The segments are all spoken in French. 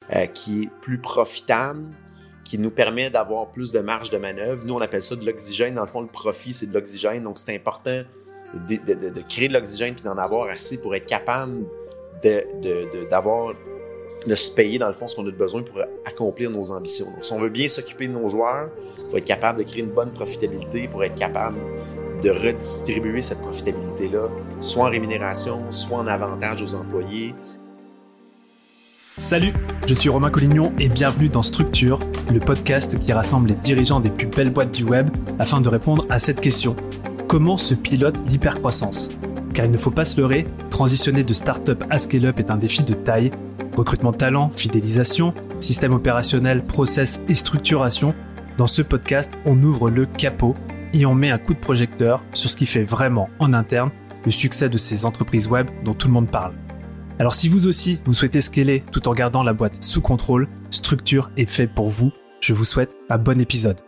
qui est plus profitable, qui nous permet d'avoir plus de marge de manœuvre. Nous, on appelle ça de l'oxygène. Dans le fond, le profit, c'est de l'oxygène. Donc, c'est important de créer de l'oxygène puis d'en avoir assez pour être capable de se payer, dans le fond, ce qu'on a besoin pour accomplir nos ambitions. Donc, si on veut bien s'occuper de nos joueurs, il faut être capable de créer une bonne profitabilité pour être capable de redistribuer cette profitabilité-là, soit en rémunération, soit en avantage aux employés. Salut, je suis Romain Collignon et bienvenue dans Structure, le podcast qui rassemble les dirigeants des plus belles boîtes du web afin de répondre à cette question. Comment se pilote l'hypercroissance ? Car il ne faut pas se leurrer, transitionner de start-up à scale-up est un défi de taille. Recrutement de talent, fidélisation, système opérationnel, process et structuration. Dans ce podcast, on ouvre le capot et on met un coup de projecteur sur ce qui fait vraiment en interne le succès de ces entreprises web dont tout le monde parle. Alors si vous aussi, vous souhaitez scaler tout en gardant la boîte sous contrôle, Structure est fait pour vous. Je vous souhaite un bon épisode.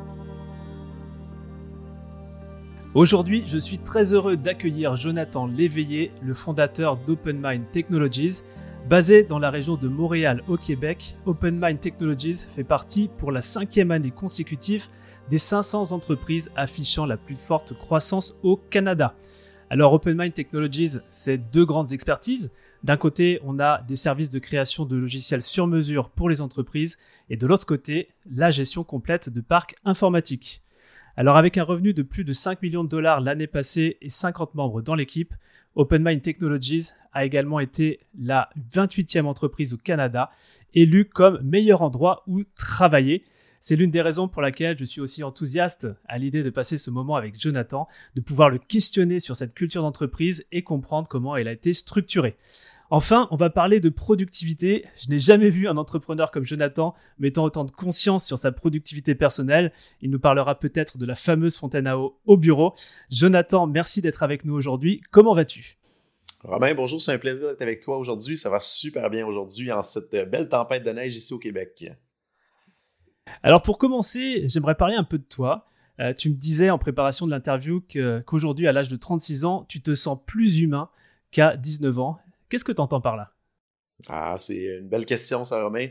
Aujourd'hui, je suis très heureux d'accueillir Jonathan Léveillé, le fondateur d'OpenMind Technologies. Basé dans la région de Montréal au Québec, OpenMind Technologies fait partie pour la 5e année consécutive des 500 entreprises affichant la plus forte croissance au Canada. Alors OpenMind Technologies, c'est deux grandes expertises. D'un côté, on a des services de création de logiciels sur mesure pour les entreprises et de l'autre côté, la gestion complète de parcs informatiques. Alors avec un revenu de plus de 5 millions de dollars l'année passée et 50 membres dans l'équipe, OpenMind Technologies a également été la 28e entreprise au Canada, élue comme meilleur endroit où travailler. C'est l'une des raisons pour laquelle je suis aussi enthousiaste à l'idée de passer ce moment avec Jonathan, de pouvoir le questionner sur cette culture d'entreprise et comprendre comment elle a été structurée. Enfin, on va parler de productivité. Je n'ai jamais vu un entrepreneur comme Jonathan mettant autant de conscience sur sa productivité personnelle. Il nous parlera peut-être de la fameuse fontaine à eau au bureau. Jonathan, merci d'être avec nous aujourd'hui. Comment vas-tu ? Romain, bonjour, c'est un plaisir d'être avec toi aujourd'hui. Ça va super bien aujourd'hui en cette belle tempête de neige ici au Québec. Alors pour commencer, j'aimerais parler un peu de toi. Tu me disais en préparation de l'interview qu'aujourd'hui, à l'âge de 36 ans, tu te sens plus humain qu'à 19 ans. Qu'est-ce que tu entends par là? Ah, c'est une belle question, ça, Romain.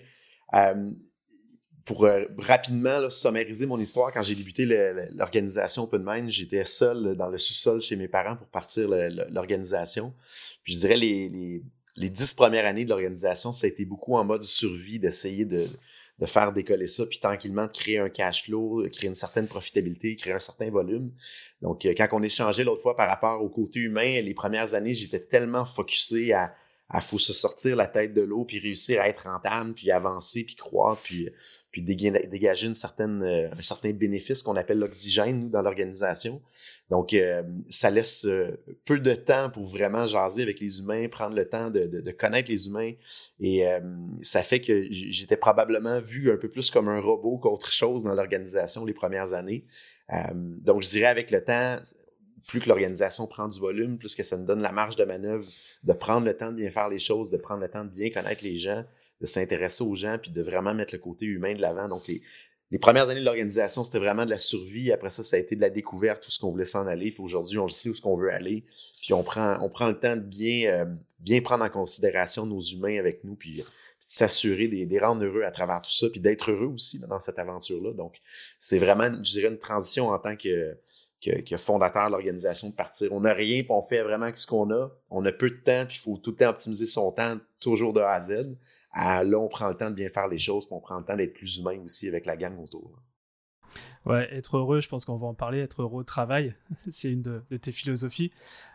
Pour rapidement summariser mon histoire, quand j'ai débuté l'organisation OpenMind, j'étais seul dans le sous-sol chez mes parents pour partir l'organisation. Puis je dirais les 10 premières années de l'organisation, ça a été beaucoup en mode survie, d'essayer de faire décoller ça, puis tranquillement de créer un cash flow, créer une certaine profitabilité, créer un certain volume. Donc, quand on échangeait l'autre fois par rapport au côté humain, les premières années, j'étais tellement focusé à faut se sortir la tête de l'eau, puis réussir à être rentable, puis avancer, puis croître, puis dégager un certain bénéfice qu'on appelle l'oxygène, nous, dans l'organisation. Donc, ça laisse peu de temps pour vraiment jaser avec les humains, prendre le temps de connaître les humains. Et ça fait que j'étais probablement vu un peu plus comme un robot qu'autre chose dans l'organisation les premières années. Donc, je dirais avec le temps, plus que l'organisation prend du volume, plus que ça nous donne la marge de manœuvre de prendre le temps de bien faire les choses, de prendre le temps de bien connaître les gens, de s'intéresser aux gens, puis de vraiment mettre le côté humain de l'avant. Donc, les premières années de l'organisation, c'était vraiment de la survie. Après ça, ça a été de la découverte, où ce qu'on voulait s'en aller. Puis aujourd'hui, on le sait où ce qu'on veut aller. Puis on prend le temps de bien prendre en considération nos humains avec nous, puis de s'assurer de rendre heureux à travers tout ça, puis d'être heureux aussi dans cette aventure-là. Donc, c'est vraiment, je dirais, une transition en tant que fondateur de l'organisation de partir. On n'a rien, puis on fait vraiment ce qu'on a. On a peu de temps, puis il faut tout le temps optimiser son temps, toujours de A à Z. Là, on prend le temps de bien faire les choses, puis on prend le temps d'être plus humain aussi avec la gang autour. Ouais, être heureux, je pense qu'on va en parler, être heureux au travail, c'est une de tes philosophies.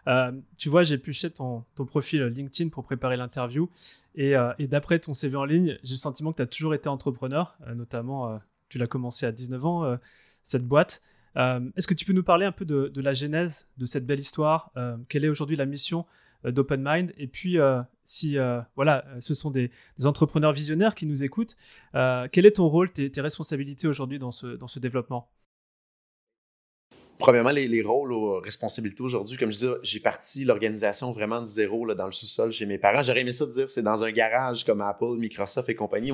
Tu vois, j'ai épluché ton profil LinkedIn pour préparer l'interview, et d'après ton CV en ligne, j'ai le sentiment que tu as toujours été entrepreneur, notamment, tu l'as commencé à 19 ans, cette boîte. Est-ce que tu peux nous parler un peu de la genèse de cette belle histoire? Quelle est aujourd'hui la mission d'OpenMind? Et puis, si ce sont des entrepreneurs visionnaires qui nous écoutent, quel est ton rôle, tes responsabilités aujourd'hui dans ce développement? Premièrement, les rôles aux responsabilités aujourd'hui, comme je dis, j'ai parti l'organisation vraiment de zéro là, dans le sous-sol chez mes parents. J'aurais aimé ça dire c'est dans un garage comme Apple, Microsoft et compagnie.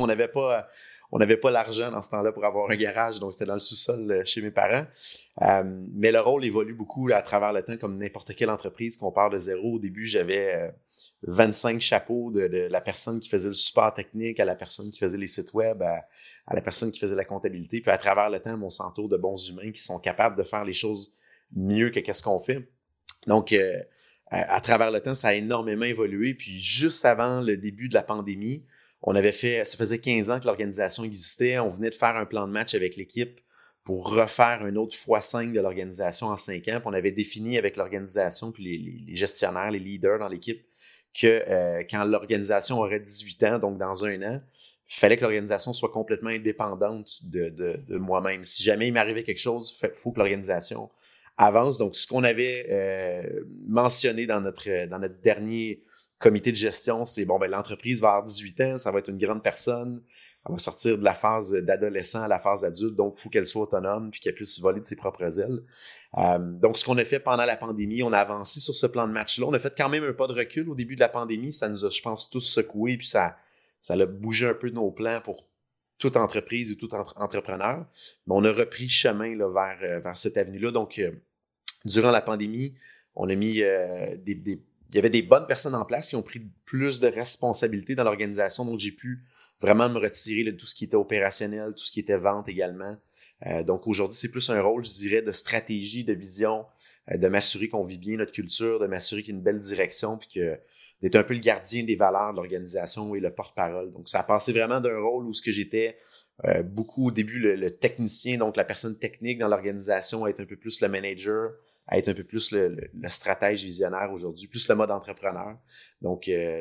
On n'avait pas l'argent dans ce temps-là pour avoir un garage, donc c'était dans le sous-sol chez mes parents. Mais le rôle évolue beaucoup là, à travers le temps, comme n'importe quelle entreprise qu'on part de zéro. Au début, j'avais 25 chapeaux de la personne qui faisait le support technique, à la personne qui faisait les sites web, à la personne qui faisait la comptabilité. Puis à travers le temps, on s'entoure de bons humains qui sont capables de faire les choses mieux que qu'est-ce qu'on fait. Donc, à travers le temps, ça a énormément évolué. Puis juste avant le début de la pandémie, ça faisait 15 ans que l'organisation existait. On venait de faire un plan de match avec l'équipe pour refaire un autre x5 de l'organisation en 5 ans. Puis on avait défini avec l'organisation puis les gestionnaires, les leaders dans l'équipe que quand l'organisation aurait 18 ans, donc dans un an, il fallait que l'organisation soit complètement indépendante de moi-même. Si jamais il m'arrivait quelque chose, il faut que l'organisation avance. Donc, ce qu'on avait mentionné dans notre dernier comité de gestion, c'est l'entreprise va avoir 18 ans, ça va être une grande personne, elle va sortir de la phase d'adolescent à la phase adulte, donc il faut qu'elle soit autonome puis qu'elle puisse voler de ses propres ailes. Donc, ce qu'on a fait pendant la pandémie, on a avancé sur ce plan de match-là. On a fait quand même un pas de recul au début de la pandémie. Ça nous a, je pense, tous secoués, puis ça a bougé un peu de nos plans pour toute entreprise ou tout entrepreneur. Mais on a repris chemin là, vers cette avenue-là. Donc, durant la pandémie, on a mis il y avait des bonnes personnes en place qui ont pris plus de responsabilités dans l'organisation. Donc, j'ai pu vraiment me retirer de tout ce qui était opérationnel, tout ce qui était vente également. Donc, aujourd'hui, c'est plus un rôle, je dirais, de stratégie, de vision, de m'assurer qu'on vit bien notre culture, de m'assurer qu'il y a une belle direction, puis d'être un peu le gardien des valeurs de l'organisation et le porte-parole. Donc, ça a passé vraiment d'un rôle où ce que j'étais beaucoup au début le technicien, donc la personne technique dans l'organisation, à être un peu plus le manager, à être un peu plus le stratège visionnaire aujourd'hui, plus le mode entrepreneur. Donc,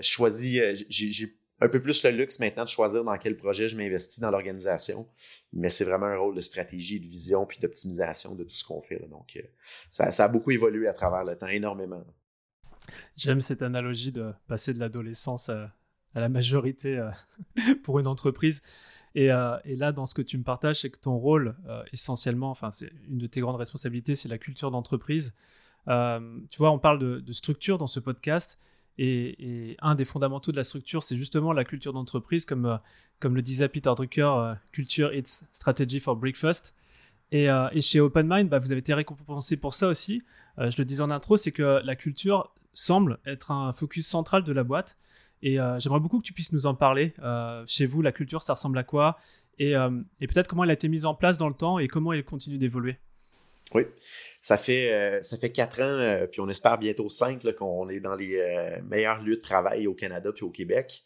j'ai un peu plus le luxe maintenant de choisir dans quel projet je m'investis dans l'organisation, mais c'est vraiment un rôle de stratégie, de vision puis d'optimisation de tout ce qu'on fait, là. Donc, ça a beaucoup évolué à travers le temps, énormément. J'aime cette analogie de passer de l'adolescence à la majorité pour une entreprise. Et là, dans ce que tu me partages, c'est que ton rôle, essentiellement, enfin, c'est une de tes grandes responsabilités, c'est la culture d'entreprise. Tu vois, on parle de structure dans ce podcast. Et un des fondamentaux de la structure, c'est justement la culture d'entreprise, comme le disait Peter Drucker, Culture Eats Strategy for Breakfast. Et chez OpenMind, vous avez été récompensé pour ça aussi. Je le disais en intro, c'est que la culture semble être un focus central de la boîte. Et j'aimerais beaucoup que tu puisses nous en parler. Chez vous, la culture, ça ressemble à quoi ? Et peut-être comment elle a été mise en place dans le temps et comment elle continue d'évoluer. Oui, ça fait 4 ans, puis on espère bientôt 5 là, qu'on est dans les meilleurs lieux de travail au Canada puis au Québec.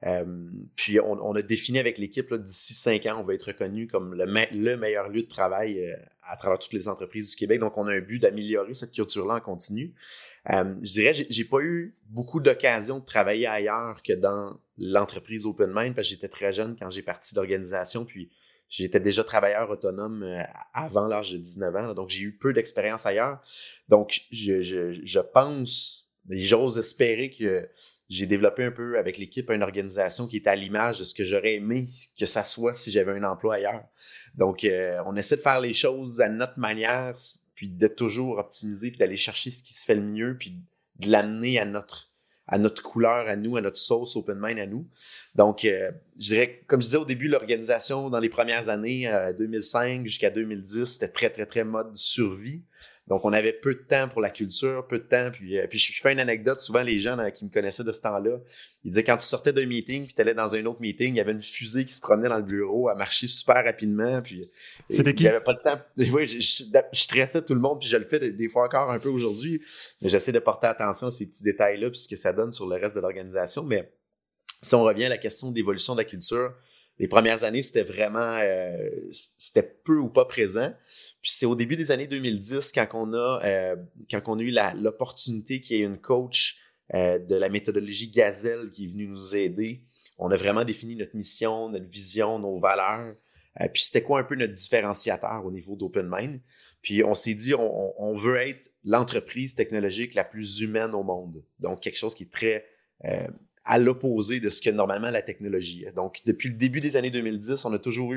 Puis on a défini avec l'équipe, là, d'ici 5 ans, on va être reconnu comme le meilleur lieu de travail à travers toutes les entreprises du Québec. Donc, on a un but d'améliorer cette culture-là en continu. Je dirais, j'ai pas eu beaucoup d'occasions de travailler ailleurs que dans l'entreprise OpenMind parce que j'étais très jeune quand j'ai parti de l'organisation, puis j'étais déjà travailleur autonome avant l'âge de 19 ans, là, donc j'ai eu peu d'expérience ailleurs. Donc, je pense, et j'ose espérer que j'ai développé un peu avec l'équipe une organisation qui est à l'image de ce que j'aurais aimé que ça soit si j'avais un emploi ailleurs. Donc, on essaie de faire les choses à notre manière, puis de toujours optimiser, puis d'aller chercher ce qui se fait le mieux, puis de l'amener à notre couleur, à nous, à notre sauce OpenMind à nous. Donc, je dirais, comme je disais au début, l'organisation dans les premières années, 2005 jusqu'à 2010, c'était très, très, très mode survie. Donc, on avait peu de temps pour la culture, peu de temps. Puis je fais une anecdote, souvent les gens qui me connaissaient de ce temps-là, ils disaient quand tu sortais d'un meeting puis tu allais dans un autre meeting, il y avait une fusée qui se promenait dans le bureau, elle marchait super rapidement. Puis c'était qui? J'avais pas de temps. Oui, je stressais tout le monde, puis je le fais des fois encore un peu aujourd'hui. Mais j'essaie de porter attention à ces petits détails-là puis ce que ça donne sur le reste de l'organisation. Mais si on revient à la question d'évolution de la culture, les premières années, c'était vraiment c'était peu ou pas présent. Puis c'est au début des années 2010 quand on a eu l'opportunité qu'il y ait une coach de la méthodologie Gazelle qui est venue nous aider. On a vraiment défini notre mission, notre vision, nos valeurs. Puis c'était quoi un peu notre différenciateur au niveau d'OpenMind. Puis on s'est dit, on veut être l'entreprise technologique la plus humaine au monde. Donc quelque chose qui est très à l'opposé de ce que normalement la technologie est. Donc depuis le début des années 2010, on a toujours eu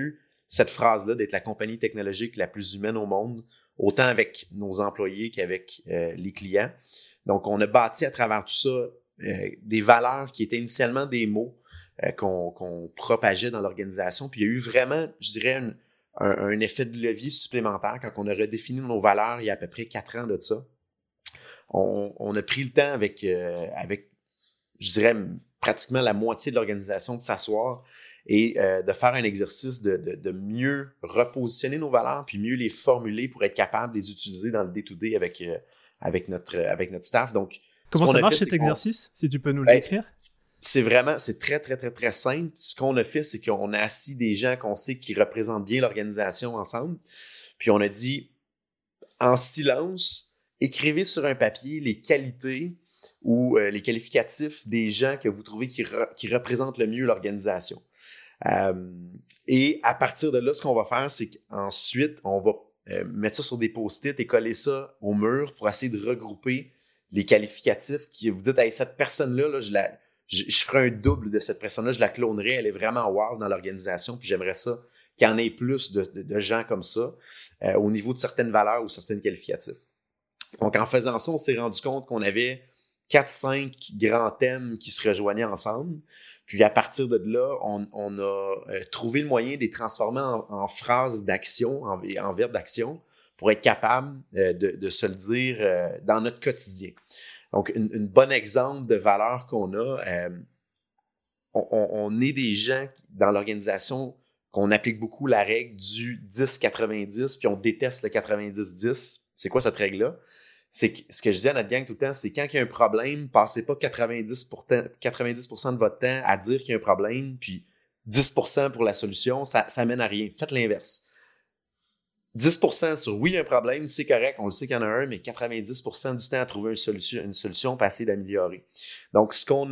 cette phrase-là d'être la compagnie technologique la plus humaine au monde, autant avec nos employés qu'avec les clients. Donc, on a bâti à travers tout ça des valeurs qui étaient initialement des mots qu'on propageait dans l'organisation. Puis il y a eu vraiment, je dirais, un effet de levier supplémentaire quand on a redéfini nos valeurs il y a à peu près 4 ans de ça. On a pris le temps avec, je dirais, pratiquement la moitié de l'organisation de s'asseoir et de faire un exercice de mieux repositionner nos valeurs puis mieux les formuler pour être capable de les utiliser dans le day-to-day avec notre staff. Donc, comment ça marche cet exercice, si tu peux nous le décrire? C'est très, très, très, très simple. Ce qu'on a fait, c'est qu'on a assis des gens qu'on sait qui représentent bien l'organisation ensemble. Puis on a dit, en silence, écrivez sur un papier les qualités ou les qualificatifs des gens que vous trouvez qui représentent le mieux l'organisation. Et à partir de là, ce qu'on va faire, c'est qu'ensuite, on va mettre ça sur des post-it et coller ça au mur pour essayer de regrouper les qualificatifs qui vous dites, hey, cette personne-là, là, je ferai un double de cette personne-là, je la clonerai, elle est vraiment wow dans l'organisation, puis j'aimerais ça qu'il y en ait plus de gens comme ça au niveau de certaines valeurs ou certains qualificatifs. Donc, en faisant ça, on s'est rendu compte qu'on avait 4-5 grands thèmes qui se rejoignaient ensemble. Puis, à partir de là, on a trouvé le moyen de les transformer en phrases d'action, en verbes d'action, pour être capable de se le dire dans notre quotidien. Donc, une bon exemple de valeur qu'on a, on est des gens dans l'organisation qu'on applique beaucoup la règle du 10-90, puis on déteste le 90-10. C'est quoi cette règle-là? C'est que ce que je disais à notre gang tout le temps, c'est quand il y a un problème, passez pas 90% de votre temps à dire qu'il y a un problème, puis 10% pour la solution, ça mène à rien. Faites l'inverse. 10% sur oui, il y a un problème, c'est correct, on le sait qu'il y en a un, mais 90% du temps à trouver une solution pour essayer d'améliorer. Donc, ce qu'on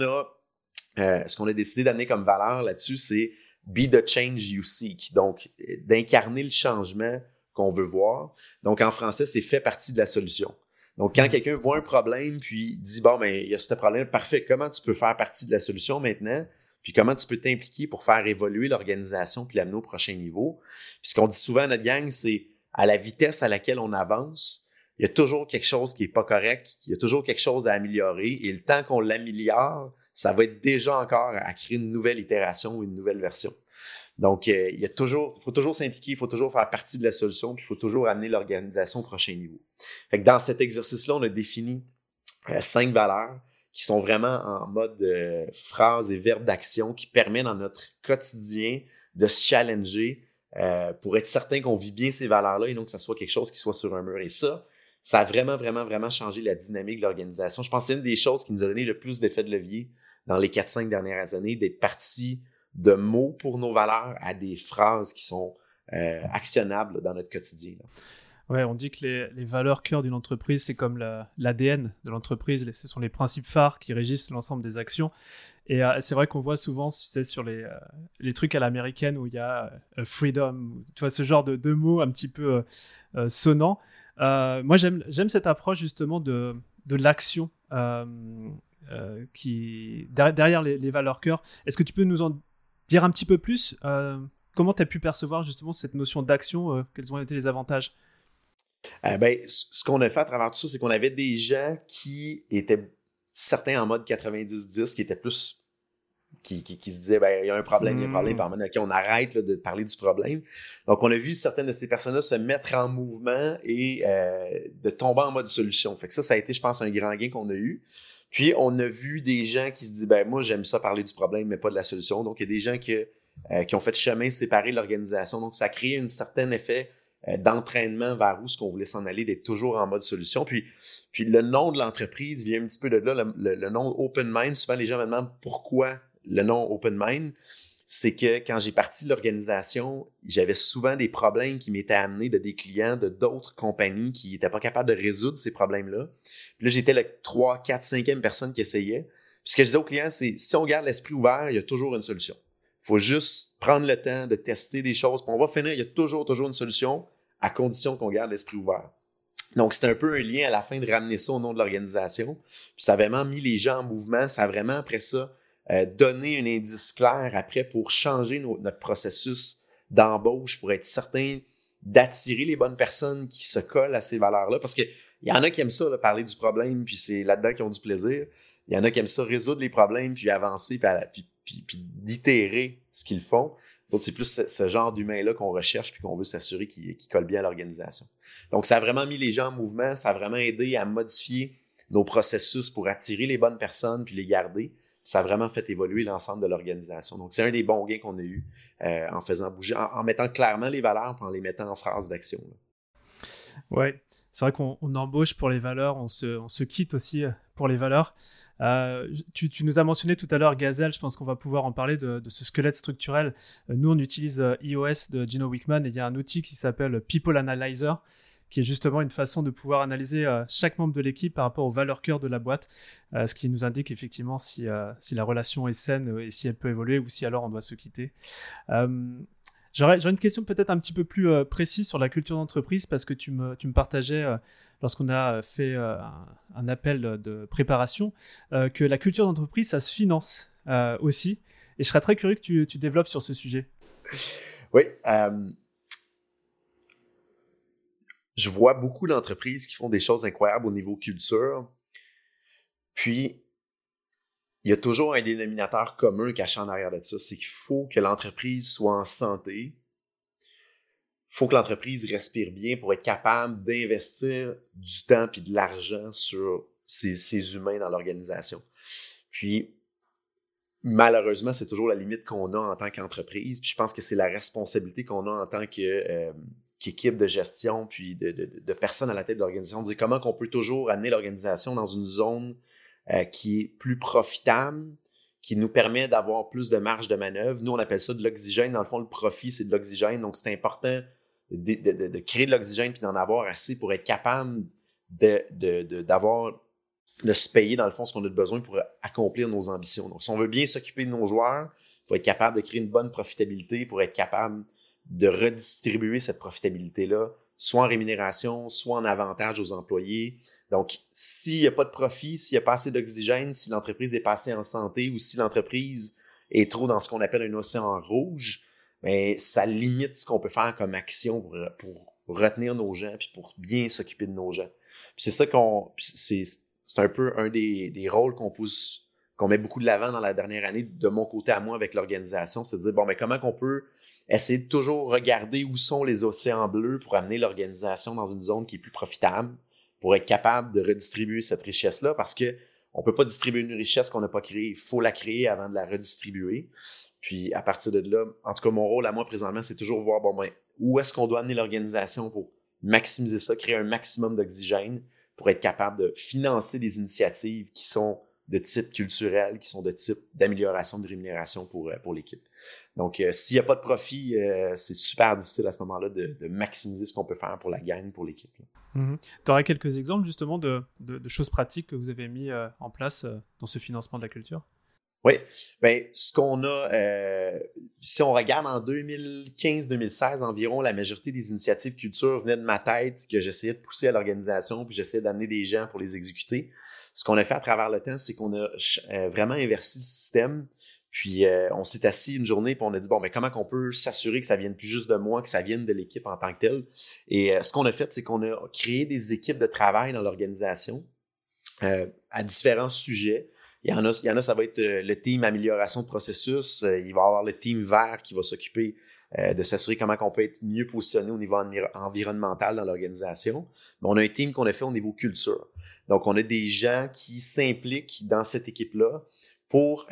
a décidé d'amener comme valeur là-dessus, c'est be the change you seek. Donc, d'incarner le changement qu'on veut voir. Donc, en français, c'est fait partie de la solution. Donc, quand quelqu'un voit un problème, puis dit, bon, ben, il y a ce problème, parfait, comment tu peux faire partie de la solution maintenant? Puis comment tu peux t'impliquer pour faire évoluer l'organisation puis l'amener au prochain niveau? Puis ce qu'on dit souvent à notre gang, c'est à la vitesse à laquelle on avance, il y a toujours quelque chose qui est pas correct, il y a toujours quelque chose à améliorer, et le temps qu'on l'améliore, ça va être déjà encore à créer une nouvelle itération ou une nouvelle version. Donc, il faut toujours s'impliquer, il faut toujours faire partie de la solution, puis il faut toujours amener l'organisation au prochain niveau. Fait que dans cet exercice-là, on a défini 5 valeurs qui sont vraiment en mode phrases et verbes d'action qui permettent dans notre quotidien de se challenger pour être certain qu'on vit bien ces valeurs-là et non que ça soit quelque chose qui soit sur un mur. Et ça a vraiment, vraiment, vraiment changé la dynamique de l'organisation. Je pense que c'est une des choses qui nous a donné le plus d'effet de levier dans les 4-5 dernières années, d'être parti de mots pour nos valeurs à des phrases qui sont actionnables dans notre quotidien. Là. Ouais, on dit que les valeurs cœur d'une entreprise, c'est comme l'ADN de l'entreprise. Ce sont les principes phares qui régissent l'ensemble des actions. Et c'est vrai qu'on voit souvent, tu sais, sur les trucs à l'américaine où il y a freedom, tu vois, ce genre de mots un petit peu sonnants. Moi, j'aime cette approche justement de l'action qui derrière les valeurs cœur. Est-ce que tu peux nous en dire un petit peu plus comment tu as pu percevoir justement cette notion d'action, quels ont été les avantages? Ce qu'on a fait à travers tout ça, c'est qu'on avait des gens qui étaient certains en mode 90-10, qui étaient plus qui se disaient il y a un problème, il y a un problème, par OK, on arrête là, de parler du problème. Donc, on a vu certaines de ces personnes-là se mettre en mouvement et de tomber en mode solution. Fait que ça a été, je pense, un grand gain qu'on a eu. Puis, on a vu des gens qui se disent moi, j'aime ça parler du problème, mais pas de la solution. Donc, il y a des gens qui ont fait chemin séparé de l'organisation. Donc, ça a créé un certain effet d'entraînement vers où ce qu'on voulait s'en aller, d'être toujours en mode solution. Puis le nom de l'entreprise vient un petit peu de là, le nom Open Mind. Souvent, les gens me demandent pourquoi le nom Open Mind. C'est que quand j'ai parti de l'organisation, j'avais souvent des problèmes qui m'étaient amenés de des clients de d'autres compagnies qui n'étaient pas capables de résoudre ces problèmes-là. Puis là, j'étais la 3, 4, 5e personne qui essayait. Puis ce que je disais aux clients, c'est si on garde l'esprit ouvert, il y a toujours une solution. Il faut juste prendre le temps de tester des choses. Puis on va finir, il y a toujours une solution à condition qu'on garde l'esprit ouvert. Donc, c'est un peu un lien à la fin de ramener ça au nom de l'organisation. Puis ça a vraiment mis les gens en mouvement. Ça a vraiment, après ça, donné un indice clair après pour changer notre processus d'embauche pour être certain d'attirer les bonnes personnes qui se collent à ces valeurs-là. Parce que il y en a qui aiment ça, là, parler du problème, puis c'est là-dedans qu'ils ont du plaisir. Il y en a qui aiment ça, résoudre les problèmes, puis avancer, puis d'itérer ce qu'ils font. D'autres, c'est plus ce genre d'humain-là qu'on recherche, puis qu'on veut s'assurer qu'il colle bien à l'organisation. Donc, ça a vraiment mis les gens en mouvement, ça a vraiment aidé à modifier nos processus pour attirer les bonnes personnes, puis les garder. Ça a vraiment fait évoluer l'ensemble de l'organisation. Donc, c'est un des bons gains qu'on a eu en faisant bouger, en mettant clairement les valeurs, puis en les mettant en phrase d'action. Ouais, c'est vrai qu'on embauche pour les valeurs, on se quitte aussi pour les valeurs. Tu nous as mentionné tout à l'heure Gazelle, je pense qu'on va pouvoir en parler de ce squelette structurel. Nous, on utilise iOS de Gino Wickman et il y a un outil qui s'appelle People Analyzer, qui est justement une façon de pouvoir analyser chaque membre de l'équipe par rapport aux valeurs cœur de la boîte, ce qui nous indique effectivement si la relation est saine et si elle peut évoluer ou si alors on doit se quitter. J'aurais une question peut-être un petit peu plus précise sur la culture d'entreprise parce que tu me partageais lorsqu'on a fait un appel de préparation que la culture d'entreprise, ça se finance aussi. Et je serais très curieux que tu développes sur ce sujet. Oui. Je vois beaucoup d'entreprises qui font des choses incroyables au niveau culture. Puis, il y a toujours un dénominateur commun caché en arrière de ça. C'est qu'il faut que l'entreprise soit en santé. Il faut que l'entreprise respire bien pour être capable d'investir du temps et de l'argent sur ces humains dans l'organisation. Puis, malheureusement, c'est toujours la limite qu'on a en tant qu'entreprise. Puis je pense que c'est la responsabilité qu'on a en tant qu'équipe de gestion puis de personnes à la tête de l'organisation, de dire comment on peut toujours amener l'organisation dans une zone qui est plus profitable, qui nous permet d'avoir plus de marge de manœuvre. Nous, on appelle ça de l'oxygène. Dans le fond, le profit, c'est de l'oxygène. Donc, c'est important de créer de l'oxygène puis d'en avoir assez pour être capable de se payer, dans le fond, ce qu'on a besoin pour accomplir nos ambitions. Donc, si on veut bien s'occuper de nos joueurs, il faut être capable de créer une bonne profitabilité pour être capable de redistribuer cette profitabilité-là, soit en rémunération, soit en avantage aux employés. Donc, s'il n'y a pas de profit, s'il n'y a pas assez d'oxygène, si l'entreprise n'est pas assez en santé ou si l'entreprise est trop dans ce qu'on appelle un océan rouge, bien, ça limite ce qu'on peut faire comme action pour retenir nos gens puis pour bien s'occuper de nos gens. Puis c'est ça c'est un peu un des rôles qu'on met beaucoup de l'avant dans la dernière année, de mon côté à moi avec l'organisation, c'est de dire, bon, mais comment qu'on peut essayer de toujours regarder où sont les océans bleus pour amener l'organisation dans une zone qui est plus profitable, pour être capable de redistribuer cette richesse-là, parce que on peut pas distribuer une richesse qu'on n'a pas créée, il faut la créer avant de la redistribuer. Puis à partir de là, en tout cas, mon rôle à moi présentement, c'est toujours voir, bon, ben, où est-ce qu'on doit amener l'organisation pour maximiser ça, créer un maximum d'oxygène, pour être capable de financer des initiatives qui sont de type culturel, qui sont de type d'amélioration de rémunération pour l'équipe. Donc, s'il n'y a pas de profit, c'est super difficile à ce moment-là de maximiser ce qu'on peut faire pour la gang, pour l'équipe. Mm-hmm. Tu aurais quelques exemples justement de choses pratiques que vous avez mis en place dans ce financement de la culture? Oui, bien, ce qu'on a, si on regarde en 2015-2016 environ, la majorité des initiatives culture venaient de ma tête, que j'essayais de pousser à l'organisation, puis j'essayais d'amener des gens pour les exécuter. Ce qu'on a fait à travers le temps, c'est qu'on a vraiment inversé le système, puis on s'est assis une journée, puis on a dit, bon, mais comment qu'on peut s'assurer que ça vienne plus juste de moi, que ça vienne de l'équipe en tant que telle? Et ce qu'on a fait, c'est qu'on a créé des équipes de travail dans l'organisation à différents sujets. Il y en a, ça va être le team amélioration de processus. Il va y avoir le team vert qui va s'occuper de s'assurer comment on peut être mieux positionné au niveau environnemental dans l'organisation. Mais on a un team qu'on a fait au niveau culture. Donc, on a des gens qui s'impliquent dans cette équipe-là pour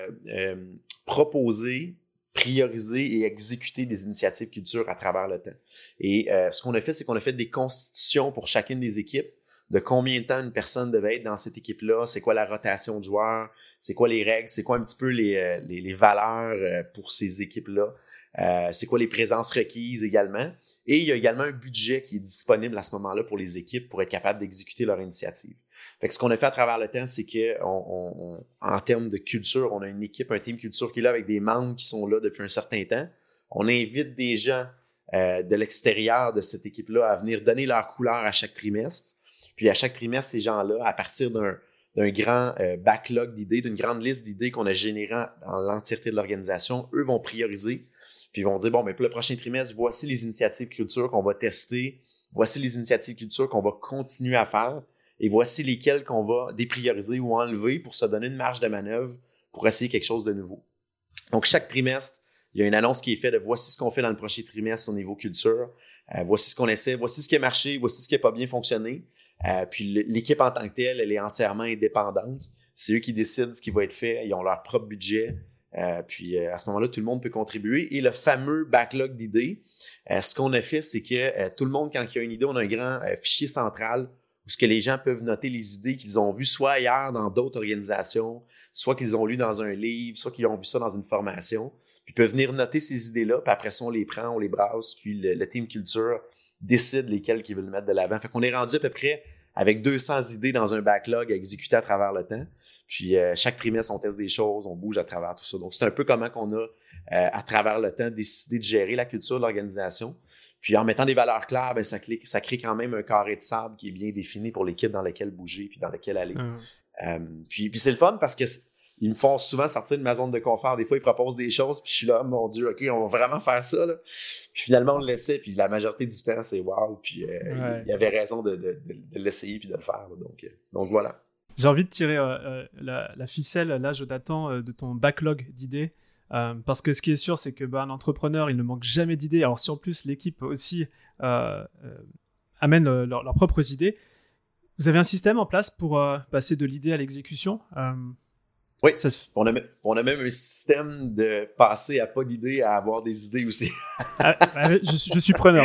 proposer, prioriser et exécuter des initiatives culture à travers le temps. Et ce qu'on a fait, c'est qu'on a fait des constitutions pour chacune des équipes, de combien de temps une personne devait être dans cette équipe-là, c'est quoi la rotation de joueurs, c'est quoi les règles, c'est quoi un petit peu les valeurs pour ces équipes-là, c'est quoi les présences requises également. Et il y a également un budget qui est disponible à ce moment-là pour les équipes pour être capable d'exécuter leur initiative. Fait que ce qu'on a fait à travers le temps, c'est que en termes de culture, on a une équipe, un team culture qui est là avec des membres qui sont là depuis un certain temps. On invite des gens de l'extérieur de cette équipe-là à venir donner leur couleur à chaque trimestre. Puis à chaque trimestre, ces gens-là, à partir d'un grand backlog d'idées, d'une grande liste d'idées qu'on a générée dans l'entièreté de l'organisation, eux vont prioriser Puis ils vont dire, bon, mais pour le prochain trimestre, voici les initiatives culture qu'on va tester, voici les initiatives culture qu'on va continuer à faire, et voici lesquelles qu'on va déprioriser ou enlever pour se donner une marge de manœuvre pour essayer quelque chose de nouveau. Donc, chaque trimestre, il y a une annonce qui est faite de voici ce qu'on fait dans le prochain trimestre au niveau culture, voici ce qu'on essaie, voici ce qui a marché, voici ce qui n'a pas bien fonctionné. Puis l'équipe en tant que telle, elle est entièrement indépendante. C'est eux qui décident ce qui va être fait. Ils ont leur propre budget. Puis à ce moment-là, tout le monde peut contribuer. Et le fameux backlog d'idées, ce qu'on a fait, c'est que tout le monde, quand il y a une idée, on a un grand fichier central où ce que les gens peuvent noter les idées qu'ils ont vues soit ailleurs dans d'autres organisations, soit qu'ils ont lues dans un livre, soit qu'ils ont vu ça dans une formation. Puis ils peuvent venir noter ces idées-là, puis après ça, on les prend, on les brasse, puis le team culture décide lesquelles qu'ils veulent mettre de l'avant. Fait qu'on est rendu à peu près avec 200 idées dans un backlog à exécuter à travers le temps. Puis chaque trimestre, on teste des choses, on bouge à travers tout ça. Donc, c'est un peu comment qu'on a, à travers le temps, décidé de gérer la culture de l'organisation. Puis en mettant des valeurs claires, ben, ça crée quand même un carré de sable qui est bien défini pour l'équipe dans laquelle bouger puis dans laquelle aller. Puis c'est le fun parce que ils me font souvent sortir de ma zone de confort. Des fois, ils proposent des choses, puis je suis là, mon Dieu, OK, on va vraiment faire ça, là. Puis finalement, on le laissait, puis la majorité du temps, c'est wow. Puis il y avait raison de l'essayer puis de le faire. Là. Donc voilà. J'ai envie de tirer la ficelle, là, Jonathan, de ton backlog d'idées. Parce que ce qui est sûr, c'est que un entrepreneur, il ne manque jamais d'idées. Alors si en plus l'équipe aussi amène leurs propres idées, vous avez un système en place pour passer de l'idée à l'exécution Oui, on a même un système de passer à pas d'idées à avoir des idées aussi. Je suis preneur.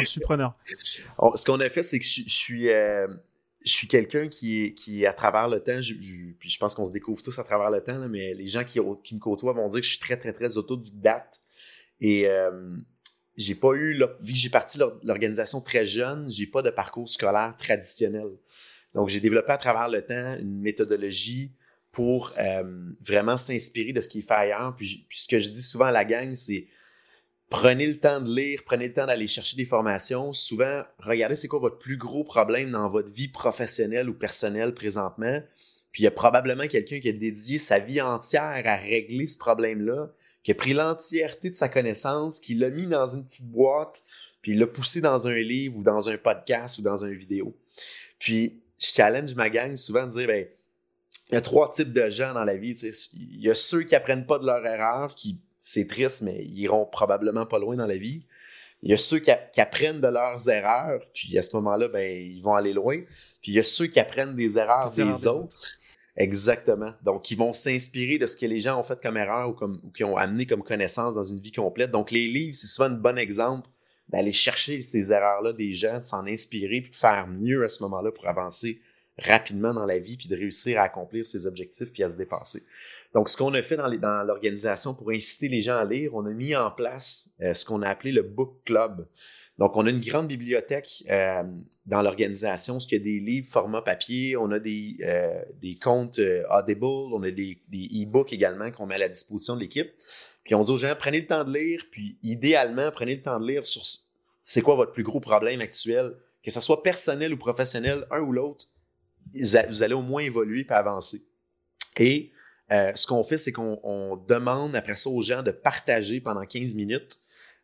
Ce qu'on a fait, c'est que je suis quelqu'un qui, à travers le temps, puis je pense qu'on se découvre tous à travers le temps, là, mais les gens qui me côtoient vont dire que je suis très, très, très autodidacte. Et j'ai pas eu, vu que j'ai parti de l'organisation très jeune, j'ai pas de parcours scolaire traditionnel. Donc, j'ai développé à travers le temps une méthodologie pour vraiment s'inspirer de ce qui est fait ailleurs. Puis ce que je dis souvent à la gang, c'est prenez le temps de lire, prenez le temps d'aller chercher des formations. Souvent, regardez c'est quoi votre plus gros problème dans votre vie professionnelle ou personnelle présentement. Puis il y a probablement quelqu'un qui a dédié sa vie entière à régler ce problème-là, qui a pris l'entièreté de sa connaissance, qui l'a mis dans une petite boîte, puis il l'a poussé dans un livre ou dans un podcast ou dans une vidéo. Puis je challenge ma gang souvent de dire, ben, il y a 3 types de gens dans la vie. Il y a ceux qui apprennent pas de leur erreur, qui, c'est triste, mais ils iront probablement pas loin dans la vie. Il y a ceux qui apprennent de leurs erreurs, puis à ce moment-là, ben, ils vont aller loin. Puis il y a ceux qui apprennent des erreurs des autres. Exactement. Donc, ils vont s'inspirer de ce que les gens ont fait comme erreur ou qui ont amené comme connaissance dans une vie complète. Donc, les livres, c'est souvent un bon exemple d'aller chercher ces erreurs-là des gens, de s'en inspirer, puis de faire mieux à ce moment-là pour avancer rapidement dans la vie, puis de réussir à accomplir ses objectifs, puis à se dépasser. Donc, ce qu'on a fait dans l'organisation pour inciter les gens à lire, on a mis en place ce qu'on a appelé le Book Club. Donc, on a une grande bibliothèque dans l'organisation, ce qui a des livres format papier, on a des comptes Audible, on a des e-books également qu'on met à la disposition de l'équipe. Puis on dit aux gens, prenez le temps de lire, puis idéalement, prenez le temps de lire sur c'est quoi votre plus gros problème actuel, que ce soit personnel ou professionnel, un ou l'autre, vous allez au moins évoluer et avancer. Et ce qu'on fait, c'est qu'on demande après ça aux gens de partager pendant 15 minutes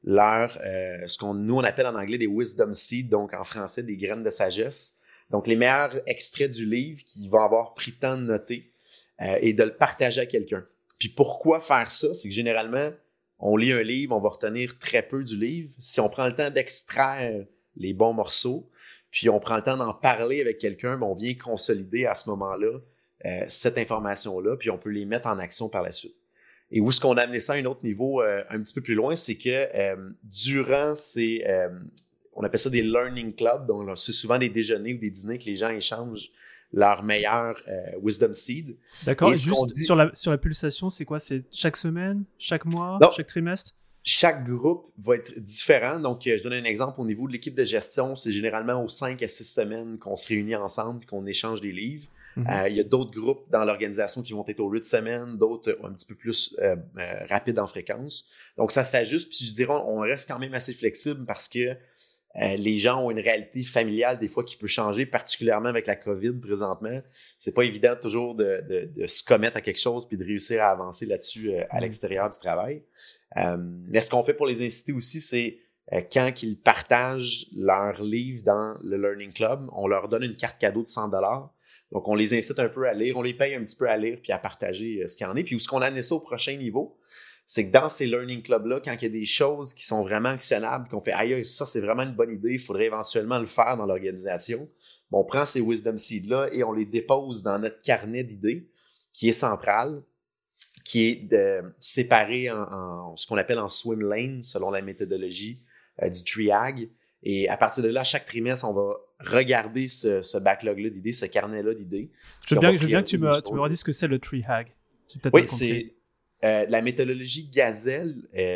ce qu'on appelle en anglais des wisdom seeds, donc en français des graines de sagesse. Donc les meilleurs extraits du livre qu'ils vont avoir pris le temps de noter et de le partager à quelqu'un. Puis pourquoi faire ça? C'est que généralement, on lit un livre, on va retenir très peu du livre. Si on prend le temps d'extraire les bons morceaux, puis on prend le temps d'en parler avec quelqu'un, ben on vient consolider à ce moment-là cette information-là, puis on peut les mettre en action par la suite. Et où est-ce qu'on a amené ça à un autre niveau un petit peu plus loin, c'est que durant ces... on appelle ça des learning clubs, donc c'est souvent des déjeuners ou des dîners que les gens échangent leur meilleur wisdom seed. D'accord, et juste sur la pulsation, c'est quoi? C'est chaque semaine, chaque mois, chaque trimestre? Chaque groupe va être différent. Donc, je donne un exemple au niveau de l'équipe de gestion. C'est généralement aux 5 à 6 semaines qu'on se réunit ensemble et qu'on échange des livres. Il y a d'autres groupes dans l'organisation qui vont être aux 8 semaines, d'autres un petit peu plus rapides en fréquence. Donc, ça s'ajuste. Puis, je dirais, on reste quand même assez flexible parce que Les gens ont une réalité familiale des fois qui peut changer, particulièrement avec la COVID présentement. C'est pas évident toujours de se commettre à quelque chose puis de réussir à avancer là-dessus à l'extérieur du travail. Mais ce qu'on fait pour les inciter aussi, c'est quand ils partagent leur livre dans le Learning Club, on leur donne une carte cadeau de 100$. Donc, on les incite un peu à lire, on les paye un petit peu à lire puis à partager ce qu'il y en est. Puis où est-ce qu'on amène ça au prochain niveau? C'est que dans ces learning clubs-là, quand il y a des choses qui sont vraiment actionnables, qu'on fait « Aïe, ça, c'est vraiment une bonne idée, il faudrait éventuellement le faire dans l'organisation », on prend ces wisdom seeds-là et on les dépose dans notre carnet d'idées qui est central, qui est séparé en ce qu'on appelle en swim lane, selon la méthodologie du triag. Et à partir de là, chaque trimestre, on va regarder ce backlog-là d'idées, ce carnet-là d'idées. Je veux bien que tu me redises ce que c'est le triag. Oui, c'est la méthodologie Gazelle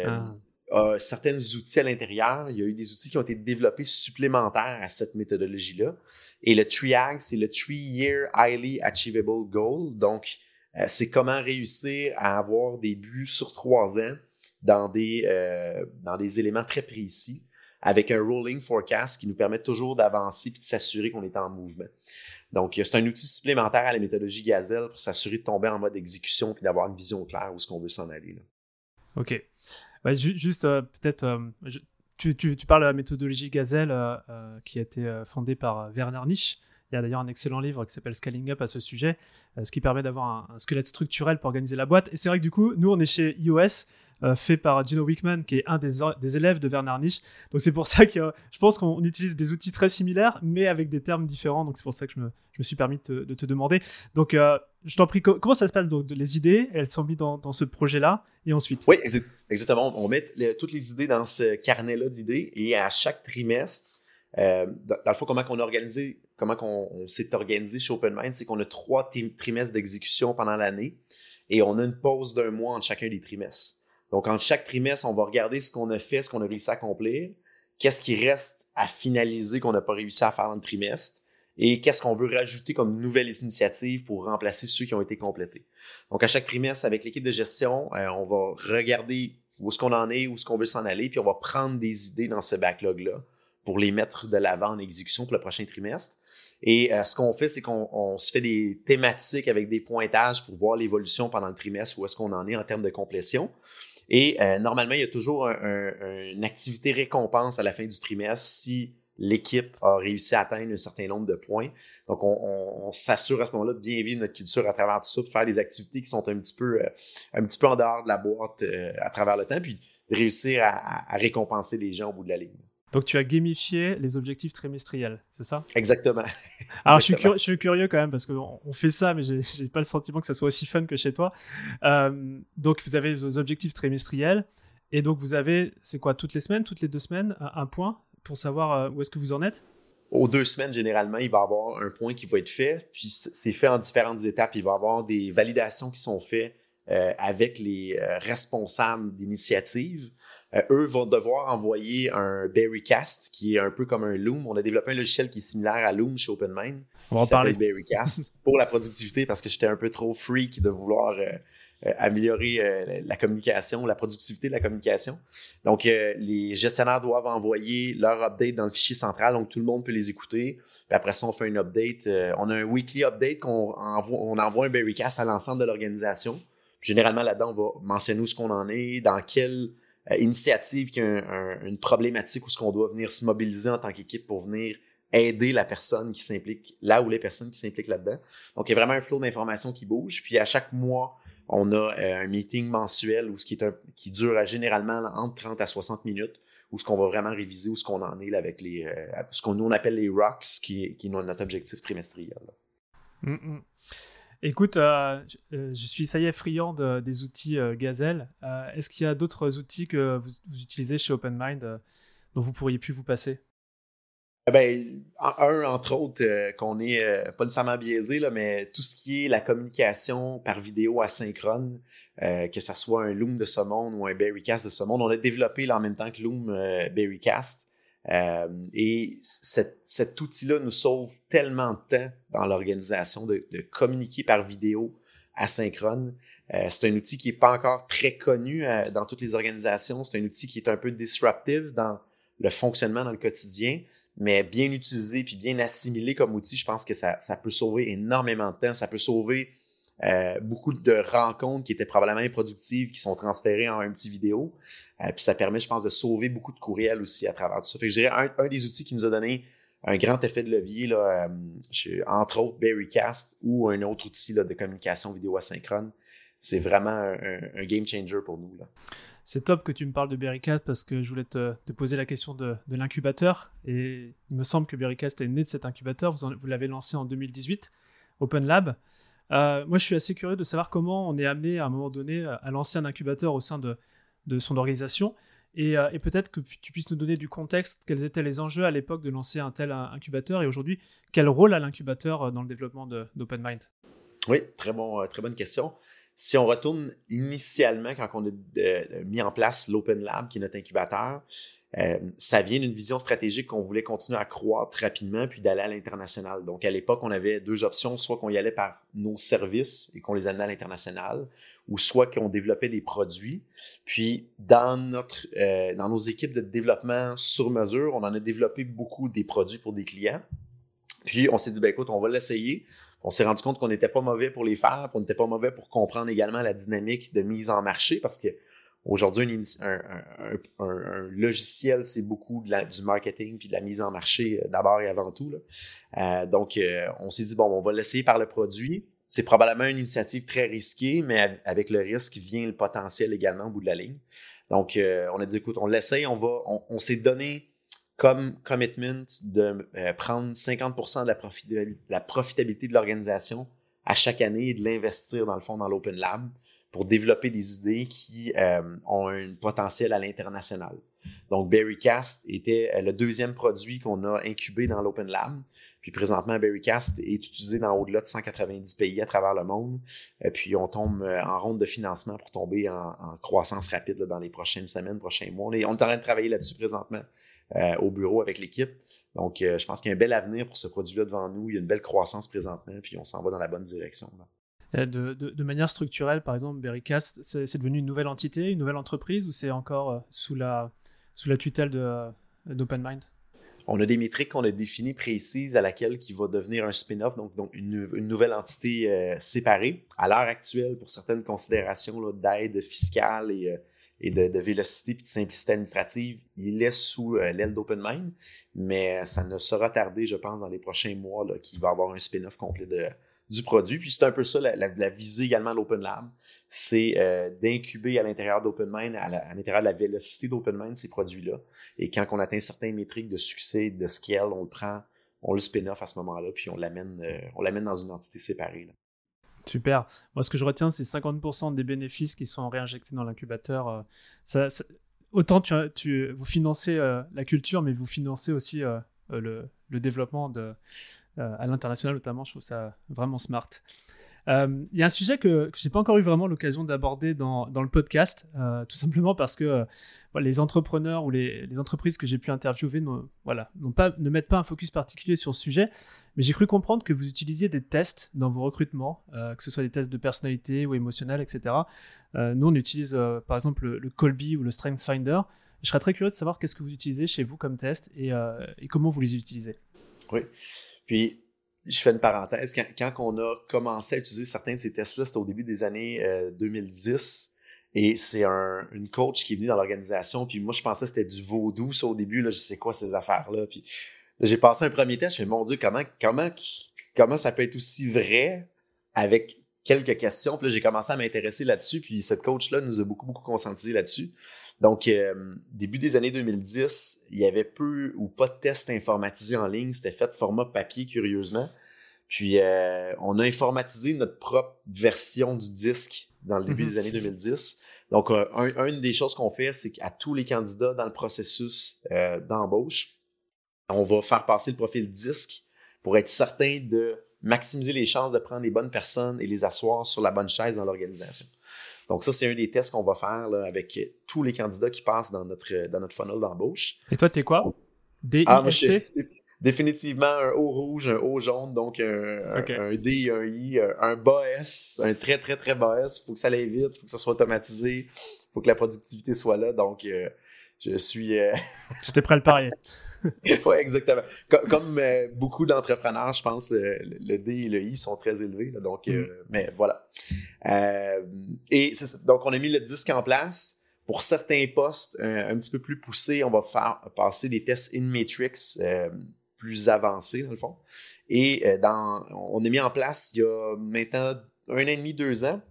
a certains outils à l'intérieur. Il y a eu des outils qui ont été développés supplémentaires à cette méthodologie-là. Et le triag, c'est le 3-Year Highly Achievable Goal. Donc, c'est comment réussir à avoir des buts sur 3 ans dans des éléments très précis, avec un rolling forecast qui nous permet toujours d'avancer et de s'assurer qu'on est en mouvement. Donc, c'est un outil supplémentaire à la méthodologie Gazelle pour s'assurer de tomber en mode exécution et d'avoir une vision claire où est-ce qu'on veut s'en aller. Là. OK. Ouais, juste, peut-être, tu parles de la méthodologie Gazelle qui a été fondée par Werner Nisch. Il y a d'ailleurs un excellent livre qui s'appelle Scaling Up à ce sujet, ce qui permet d'avoir un squelette structurel pour organiser la boîte. Et c'est vrai que du coup, nous, on est chez iOS, fait par Gino Wickman, qui est un des élèves de Werner Nisch. Donc c'est pour ça que je pense qu'on utilise des outils très similaires, mais avec des termes différents. Donc c'est pour ça que je me suis permis de te demander. Donc je t'en prie, comment ça se passe donc, les idées, elles sont mises dans ce projet-là, et ensuite? Oui, exactement. On met toutes les idées dans ce carnet-là d'idées, et à chaque trimestre, dans le fond, comment on s'est organisé chez OpenMind, c'est qu'on a 3 trimestres d'exécution pendant l'année, et on a une pause d'1 mois entre chacun des trimestres. Donc, entre chaque trimestre, on va regarder ce qu'on a fait, ce qu'on a réussi à accomplir, qu'est-ce qui reste à finaliser qu'on n'a pas réussi à faire dans le trimestre et qu'est-ce qu'on veut rajouter comme nouvelles initiatives pour remplacer ceux qui ont été complétés. Donc, à chaque trimestre, avec l'équipe de gestion, on va regarder où est-ce qu'on en est, où est-ce qu'on veut s'en aller, puis on va prendre des idées dans ce backlog-là pour les mettre de l'avant en exécution pour le prochain trimestre. Et ce qu'on fait, c'est qu'on se fait des thématiques avec des pointages pour voir l'évolution pendant le trimestre, où est-ce qu'on en est en termes de complétion. Et normalement, il y a toujours une activité récompense à la fin du trimestre si l'équipe a réussi à atteindre un certain nombre de points. Donc, on s'assure à ce moment-là de bien vivre notre culture à travers tout ça, de faire des activités qui sont un petit peu en dehors de la boîte à travers le temps, puis de réussir à récompenser les gens au bout de la ligne. Donc, tu as gamifié les objectifs trimestriels, c'est ça? Exactement. Alors, je suis curieux quand même parce qu'on fait ça, mais j'ai pas le sentiment que ça soit aussi fun que chez toi. Donc, vous avez vos objectifs trimestriels et donc vous avez, c'est quoi, toutes les 2 semaines, un point pour savoir où est-ce que vous en êtes? Aux 2 semaines, généralement, il va y avoir un point qui va être fait, puis c'est fait en différentes étapes. Il va y avoir des validations qui sont faites avec les responsables d'initiative. Eux vont devoir envoyer un Berrycast, qui est un peu comme un Loom. On a développé un logiciel qui est similaire à Loom chez OpenMind, qui s'appelle Berrycast, pour la productivité, parce que j'étais un peu trop freak de vouloir améliorer la communication, la productivité de la communication. Donc, les gestionnaires doivent envoyer leur update dans le fichier central, donc tout le monde peut les écouter. Puis après ça, on fait un update. On a un weekly update on envoie un Berrycast à l'ensemble de l'organisation. Généralement, là-dedans, on va mentionner où ce qu'on en est, dans quelle initiative qui a une problématique où ce qu'on doit venir se mobiliser en tant qu'équipe pour venir aider la personne qui s'implique, là où les personnes qui s'impliquent là-dedans. Donc, il y a vraiment un flot d'informations qui bouge. Puis, à chaque mois, on a un meeting mensuel où qui dure généralement entre 30 à 60 minutes, où ce qu'on va vraiment réviser où ce qu'on en est là, avec ce qu'on nous on appelle les rocks, qui est notre objectif trimestriel. Écoute, je suis, ça y est, friand des outils Gazelle. Est-ce qu'il y a d'autres outils que vous utilisez chez OpenMind dont vous pourriez plus vous passer? Entre autres, qu'on est pas nécessairement biaisé, là, mais tout ce qui est la communication par vidéo asynchrone, que ça soit un Loom de ce monde ou un Berrycast de ce monde, on a développé là, en même temps que Loom Berrycast. Et cet outil-là nous sauve tellement de temps dans l'organisation de communiquer par vidéo asynchrone. C'est un outil qui n'est pas encore très connu dans toutes les organisations. C'est un outil qui est un peu disruptive dans le fonctionnement dans le quotidien, mais bien utilisé puis bien assimilé comme outil, je pense que ça peut sauver énormément de temps. Ça peut sauver beaucoup de rencontres qui étaient probablement improductives, qui sont transférées en un petit vidéo. Puis ça permet, je pense, de sauver beaucoup de courriels aussi à travers tout ça. Fait que je dirais un des outils qui nous a donné un grand effet de levier, là, entre autres Berrycast ou un autre outil là, de communication vidéo asynchrone. C'est vraiment un game changer pour nous, là. C'est top que tu me parles de Berrycast parce que je voulais te poser la question de l'incubateur. Et il me semble que Berrycast est né de cet incubateur. Vous l'avez lancé en 2018, Open Lab. Moi, je suis assez curieux de savoir comment on est amené à un moment donné à lancer un incubateur au sein de son organisation. Et peut-être que tu puisses nous donner du contexte, quels étaient les enjeux à l'époque de lancer un tel incubateur et aujourd'hui, quel rôle a l'incubateur dans le développement d'OpenMind? Oui, très bonne question. Si on retourne initialement quand on a mis en place l'Open Lab, qui est notre incubateur, ça vient d'une vision stratégique qu'on voulait continuer à croître rapidement puis d'aller à l'international. Donc, à l'époque, on avait deux options, soit qu'on y allait par nos services et qu'on les amenait à l'international, ou soit qu'on développait des produits. Puis, dans nos équipes de développement sur mesure, on en a développé beaucoup des produits pour des clients. Puis, on s'est dit, écoute, on va l'essayer. On s'est rendu compte qu'on n'était pas mauvais pour les faire, puis on n'était pas mauvais pour comprendre également la dynamique de mise en marché, parce que aujourd'hui, un logiciel, c'est beaucoup du marketing puis de la mise en marché d'abord et avant tout, là. Donc, on s'est dit, on va l'essayer par le produit. C'est probablement une initiative très risquée, mais avec le risque vient le potentiel également au bout de la ligne. Donc, on a dit, écoute, on l'essaye, on s'est donné comme commitment de prendre 50% de la profitabilité de l'organisation à chaque année et de l'investir dans le fond dans l'Open Lab pour développer des idées qui ont un potentiel à l'international. Donc, Berrycast était le deuxième produit qu'on a incubé dans l'Open Lab. Puis présentement, Berrycast est utilisé dans au-delà de 190 pays à travers le monde. Puis on tombe en ronde de financement pour tomber en croissance rapide là, dans les prochaines semaines, prochains mois. On est en train de travailler là-dessus présentement au bureau avec l'équipe. Donc, je pense qu'il y a un bel avenir pour ce produit-là devant nous. Il y a une belle croissance présentement, puis on s'en va dans la bonne direction, là. De manière structurelle, par exemple, Berrycast, c'est devenu une nouvelle entité, une nouvelle entreprise, ou c'est encore sous la tutelle d'OpenMind? On a des métriques qu'on a définies précises à laquelle qui va devenir un spin-off, donc une nouvelle entité séparée. À l'heure actuelle, pour certaines considérations là, d'aide fiscale et de vélocité et de simplicité administrative, il est sous l'aile d'OpenMind, mais ça ne sera tardé, je pense, dans les prochains mois qu'il va y avoir un spin-off complet du produit. Puis c'est un peu ça la visée également de l'Open Lab, c'est d'incuber à l'intérieur d'OpenMind, à l'intérieur de la vélocité d'OpenMind, ces produits-là. Et quand on atteint certaines métriques de succès, de scale, on le prend, on le spin-off à ce moment-là, puis on l'amène dans une entité séparée, là. Super. Moi, ce que je retiens, c'est 50% des bénéfices qui sont réinjectés dans l'incubateur. Autant vous financez la culture, mais vous financez aussi le développement à l'international, notamment. Je trouve ça vraiment smart. Il y a un sujet que je n'ai pas encore eu vraiment l'occasion d'aborder dans le podcast, tout simplement parce que les entrepreneurs ou les entreprises que j'ai pu interviewer ne mettent pas un focus particulier sur ce sujet, mais j'ai cru comprendre que vous utilisiez des tests dans vos recrutements, que ce soit des tests de personnalité ou émotionnels, etc. Nous, on utilise par exemple le Kolbe ou le StrengthsFinder. Je serais très curieux de savoir qu'est-ce que vous utilisez chez vous comme test et comment vous les utilisez. Oui, puis je fais une parenthèse. Quand on a commencé à utiliser certains de ces tests-là, c'était au début des années 2010. Et c'est une coach qui est venue dans l'organisation. Puis moi, je pensais que c'était du vaudou, ça, au début. Là, je sais quoi, ces affaires-là. Puis là, j'ai passé un premier test. Je me suis dit, mon Dieu, comment ça peut être aussi vrai avec quelques questions. Puis là, j'ai commencé à m'intéresser là-dessus. Puis cette coach-là nous a beaucoup, beaucoup conscientisé là-dessus. Donc, début des années 2010, il y avait peu ou pas de tests informatisés en ligne. C'était fait format papier, curieusement. Puis, on a informatisé notre propre version du disque dans le début des années 2010. Donc, une des choses qu'on fait, c'est qu'à tous les candidats dans le processus d'embauche, on va faire passer le profil disque pour être certain de maximiser les chances de prendre les bonnes personnes et les asseoir sur la bonne chaise dans l'organisation. Donc ça, c'est un des tests qu'on va faire là, avec tous les candidats qui passent dans notre funnel d'embauche. Et toi, t'es quoi? DISC? Moi, je suis définitivement un haut rouge, un haut jaune, donc un D, un I, un bas S, un très, très, très bas S. Il faut que ça aille vite, il faut que ça soit automatisé, il faut que la productivité soit là. Donc, Je suis... J'étais prêt à le parier. Oui, exactement. Comme beaucoup d'entrepreneurs, je pense, le D et le I sont très élevés. Là, donc, mais voilà. Et c'est ça. Donc, on a mis le disque en place. Pour certains postes un petit peu plus poussés, on va faire passer des tests in-matrix plus avancés, dans le fond. Et on a mis en place, il y a maintenant 1 an et demi, 2 ans,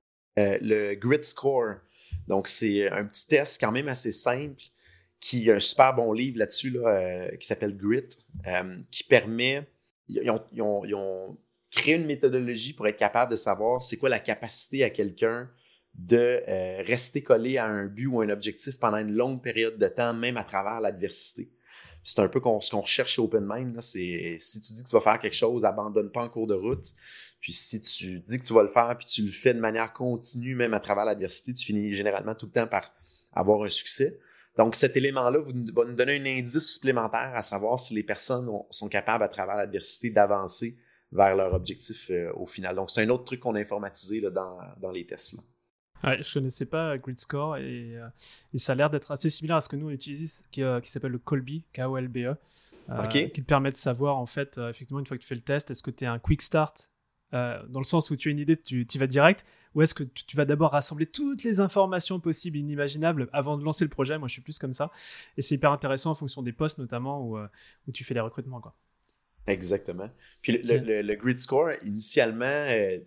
le Grit Score. Donc, c'est un petit test quand même assez simple qui a un super bon livre là-dessus là, qui s'appelle Grit, qui permet... Ils ont créé une méthodologie pour être capable de savoir c'est quoi la capacité à quelqu'un de rester collé à un but ou un objectif pendant une longue période de temps, même à travers l'adversité. C'est un peu ce qu'on recherche chez OpenMind. Là, c'est si tu dis que tu vas faire quelque chose, abandonne pas en cours de route. Puis si tu dis que tu vas le faire, puis tu le fais de manière continue, même à travers l'adversité, tu finis généralement tout le temps par avoir un succès. Donc, cet élément-là va nous donner un indice supplémentaire à savoir si les personnes sont capables, à travers l'adversité, d'avancer vers leur objectif au final. Donc, c'est un autre truc qu'on a informatisé là, dans les tests. Là. Ouais, je connaissais pas Grid Score et ça a l'air d'être assez similaire à ce que nous on utilise, qui s'appelle le Kolbe, Kolbe, qui te permet de savoir en fait, effectivement, une fois que tu fais le test, est-ce que tu es un quick start, dans le sens où tu as une idée, tu y vas direct, ou est-ce que tu vas d'abord rassembler toutes les informations possibles, inimaginables, avant de lancer le projet. Moi, je suis plus comme ça. Et c'est hyper intéressant en fonction des postes, notamment, où tu fais les recrutements, quoi. Exactement. Puis le Grid Score, initialement,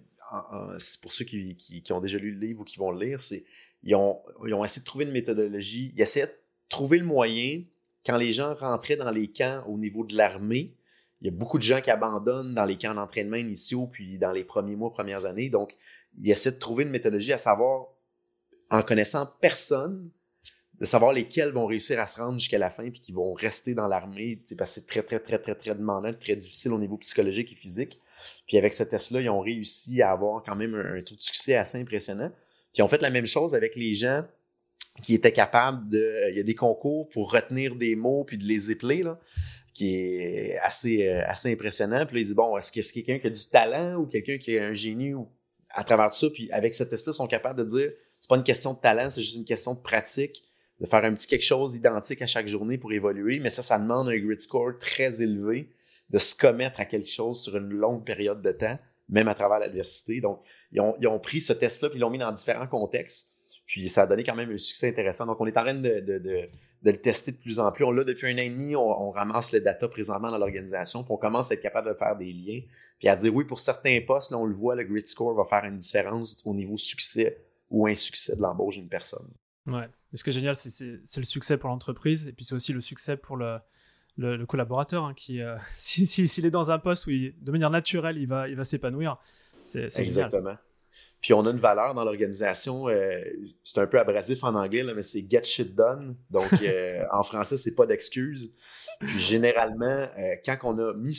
c'est pour ceux qui ont déjà lu le livre ou qui vont le lire, ils ont essayé de trouver une méthodologie. Ils essayaient de trouver le moyen, quand les gens rentraient dans les camps au niveau de l'armée, il y a beaucoup de gens qui abandonnent dans les camps d'entraînement initiaux, puis dans les premiers mois, premières années. Donc, ils essaient de trouver une méthodologie à savoir, en connaissant personne, de savoir lesquels vont réussir à se rendre jusqu'à la fin puis qui vont rester dans l'armée, parce que c'est très, très, très, très, très demandant, très difficile au niveau psychologique et physique. Puis avec ce test-là, ils ont réussi à avoir quand même un taux de succès assez impressionnant. Puis ils ont fait la même chose avec les gens qui étaient capables de... Il y a des concours pour retenir des mots puis de les épeler, là, qui est assez impressionnant. Puis là, ils disent, bon, est-ce que c'est quelqu'un qui a du talent ou quelqu'un qui a un génie ou à travers tout ça? Puis avec ce test-là, ils sont capables de dire, c'est pas une question de talent, c'est juste une question de pratique, de faire un petit quelque chose identique à chaque journée pour évoluer. Mais ça demande un grit score très élevé, de se commettre à quelque chose sur une longue période de temps, même à travers l'adversité. Donc, ils ont pris ce test-là puis ils l'ont mis dans différents contextes. Puis ça a donné quand même un succès intéressant. Donc, on est en train de le tester de plus en plus. On l'a depuis 1 an et demi, on ramasse le data présentement dans l'organisation, puis on commence à être capable de faire des liens, puis à dire oui, pour certains postes, là, on le voit, le grit score va faire une différence au niveau succès ou insuccès de l'embauche d'une personne. Ouais. Et ce qui est génial, c'est le succès pour l'entreprise, et puis c'est aussi le succès pour le collaborateur, hein, qui, s'il est dans un poste où de manière naturelle, il va s'épanouir. C'est Exactement. Génial. Puis on a une valeur dans l'organisation, c'est un peu abrasif en anglais, là, mais c'est get shit done. Donc en français, c'est pas d'excuse. Puis généralement, quand on a mis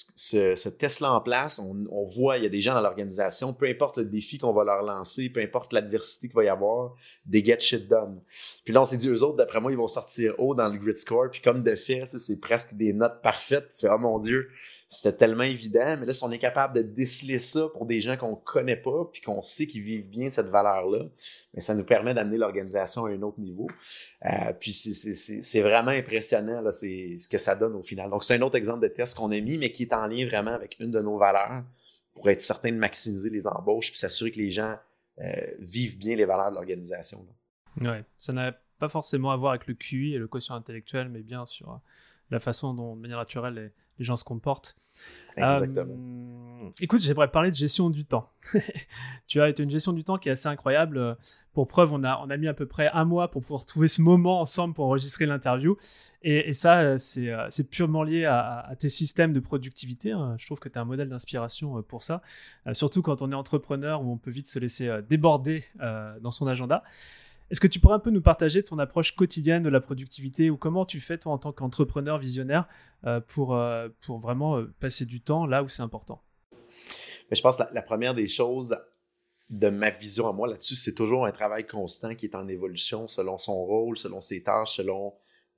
ce test-là en place, on voit, il y a des gens dans l'organisation, peu importe le défi qu'on va leur lancer, peu importe l'adversité qu'il va y avoir, des get shit done. Puis là, on s'est dit, eux autres, d'après moi, ils vont sortir haut dans le grit score. Puis comme de fait, c'est presque des notes parfaites. Puis tu fais, oh mon Dieu, c'était tellement évident. Mais là, si on est capable de déceler ça pour des gens qu'on connaît pas, puis qu'on sait qu'ils vivent bien cette valeur-là, mais ça nous permet d'amener l'organisation à un autre niveau. Puis c'est vraiment impressionnant, là, c'est ce que ça donne au final. Donc, c'est un autre exemple de test qu'on a mis, mais qui est en lien vraiment avec une de nos valeurs pour être certain de maximiser les embauches puis s'assurer que les gens vivent bien les valeurs de l'organisation. Là. Ouais, ça n'a pas forcément à voir avec le QI et le quotient intellectuel, mais bien sur la façon dont, de manière naturelle, les gens se comportent. Exactement. Écoute, j'aimerais parler de gestion du temps. Tu as une gestion du temps qui est assez incroyable. Pour preuve, on a mis à peu près 1 mois pour pouvoir trouver ce moment ensemble pour enregistrer l'interview. Et ça, c'est purement lié à tes systèmes de productivité. Hein. Je trouve que tu es un modèle d'inspiration pour ça. Surtout quand on est entrepreneur, où on peut vite se laisser déborder dans son agenda. Est-ce que tu pourrais un peu nous partager ton approche quotidienne de la productivité ou comment tu fais, toi, en tant qu'entrepreneur visionnaire, pour vraiment passer du temps là où c'est important? Mais je pense que la première des choses de ma vision à moi là-dessus, c'est toujours un travail constant qui est en évolution selon son rôle, selon ses tâches, selon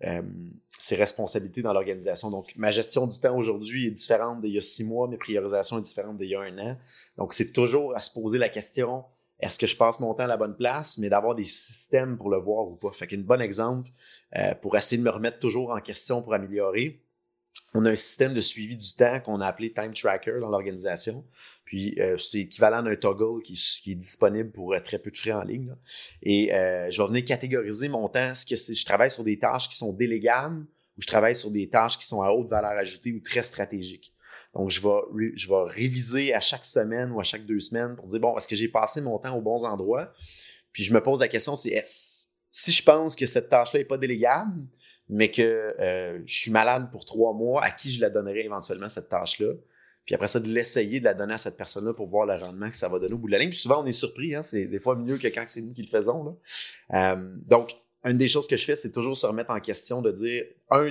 ses responsabilités dans l'organisation. Donc, ma gestion du temps aujourd'hui est différente d'il y a 6 mois, mes priorisations sont différentes d'il y a 1 an. Donc, c'est toujours à se poser la question, est-ce que je passe mon temps à la bonne place, mais d'avoir des systèmes pour le voir ou pas. Fait qu'un bon exemple, pour essayer de me remettre toujours en question pour améliorer, on a un système de suivi du temps qu'on a appelé Time Tracker dans l'organisation. Puis, c'est équivalent d'un toggle qui est disponible pour très peu de frais en ligne, là. Et je vais venir catégoriser mon temps. Est-ce que je travaille sur des tâches qui sont délégables ou je travaille sur des tâches qui sont à haute valeur ajoutée ou très stratégiques. Donc, je vais réviser à chaque semaine ou à chaque 2 semaines pour dire, bon, est-ce que j'ai passé mon temps aux bons endroits? Puis, je me pose la question, c'est si je pense que cette tâche-là n'est pas délégable, mais que je suis malade pour 3 mois, à qui je la donnerais éventuellement, cette tâche-là? Puis après ça, de l'essayer, de la donner à cette personne-là pour voir le rendement que ça va donner au bout de la ligne. Puis souvent, on est surpris, hein? C'est des fois mieux que quand c'est nous qui le faisons, là. Donc, une des choses que je fais, c'est toujours se remettre en question, de dire,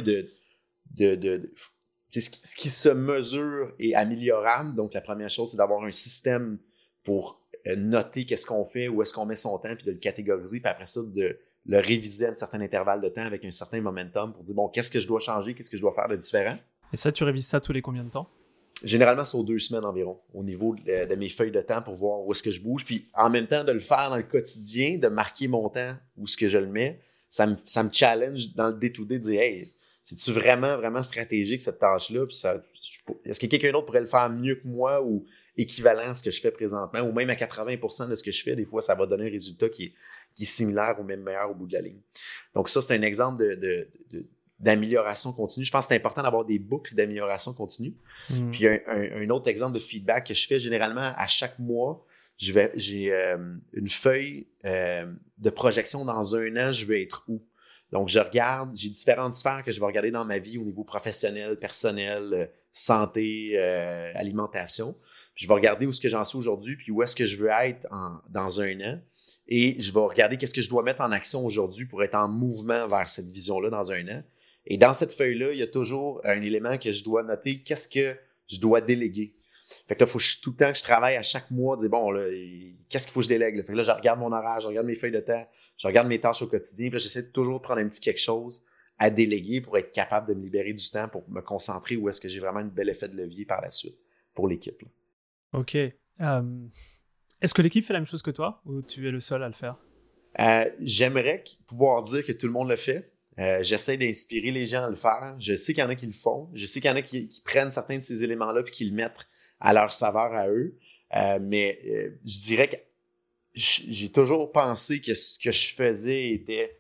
ce qui se mesure est améliorable. Donc, la première chose, c'est d'avoir un système pour noter qu'est-ce qu'on fait, où est-ce qu'on met son temps, puis de le catégoriser, puis après ça, de le réviser à un certain intervalle de temps avec un certain momentum pour dire, bon, qu'est-ce que je dois changer, qu'est-ce que je dois faire de différent. Et ça, tu révises ça tous les combien de temps? Généralement, c'est aux 2 semaines environ, au niveau de mes feuilles de temps pour voir où est-ce que je bouge. Puis en même temps, de le faire dans le quotidien, de marquer mon temps, où est-ce que je le mets, ça me challenge dans le day-to-day de dire, hey, c'est-tu vraiment, vraiment stratégique cette tâche-là? Puis est-ce que quelqu'un d'autre pourrait le faire mieux que moi ou équivalent à ce que je fais présentement? Ou même à 80% de ce que je fais, des fois, ça va donner un résultat qui est similaire ou même meilleur au bout de la ligne. Donc ça, c'est un exemple d'amélioration continue. Je pense que c'est important d'avoir des boucles d'amélioration continue. Puis un autre exemple de feedback que je fais généralement à chaque mois, j'ai une feuille de projection dans 1 an, je veux être où? Donc, j'ai différentes sphères que je vais regarder dans ma vie au niveau professionnel, personnel, santé, alimentation. Puis je vais regarder où est-ce que j'en suis aujourd'hui, puis où est-ce que je veux être dans 1 an. Et je vais regarder qu'est-ce que je dois mettre en action aujourd'hui pour être en mouvement vers cette vision-là dans 1 an. Et dans cette feuille-là, il y a toujours un élément que je dois noter, qu'est-ce que je dois déléguer. Fait que là, il faut tout le temps que je travaille à chaque mois, dire bon, là, qu'est-ce qu'il faut que je délègue? Là? Fait que là, je regarde mon horaire, je regarde mes feuilles de temps, je regarde mes tâches au quotidien, puis là, j'essaie de toujours prendre un petit quelque chose à déléguer pour être capable de me libérer du temps pour me concentrer où est-ce que j'ai vraiment un bel effet de levier par la suite pour l'équipe. Là. Ok. Est-ce que l'équipe fait la même chose que toi ou tu es le seul à le faire? J'aimerais pouvoir dire que tout le monde le fait. J'essaie d'inspirer les gens à le faire. Je sais qu'il y en a qui le font. Je sais qu'il y en a qui prennent certains de ces éléments-là puis qui le mettent à leur saveur à eux. Mais je dirais que j'ai toujours pensé que ce que je faisais était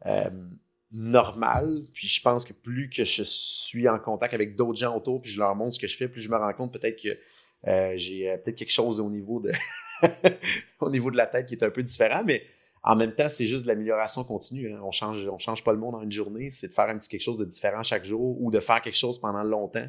normal. Puis je pense que plus que je suis en contact avec d'autres gens autour puis je leur montre ce que je fais, plus je me rends compte peut-être que j'ai peut-être quelque chose au niveau de au niveau de la tête qui est un peu différent, mais en même temps, c'est juste de l'amélioration continue. Hein. On change pas le monde en une journée. C'est de faire un petit quelque chose de différent chaque jour ou de faire quelque chose pendant longtemps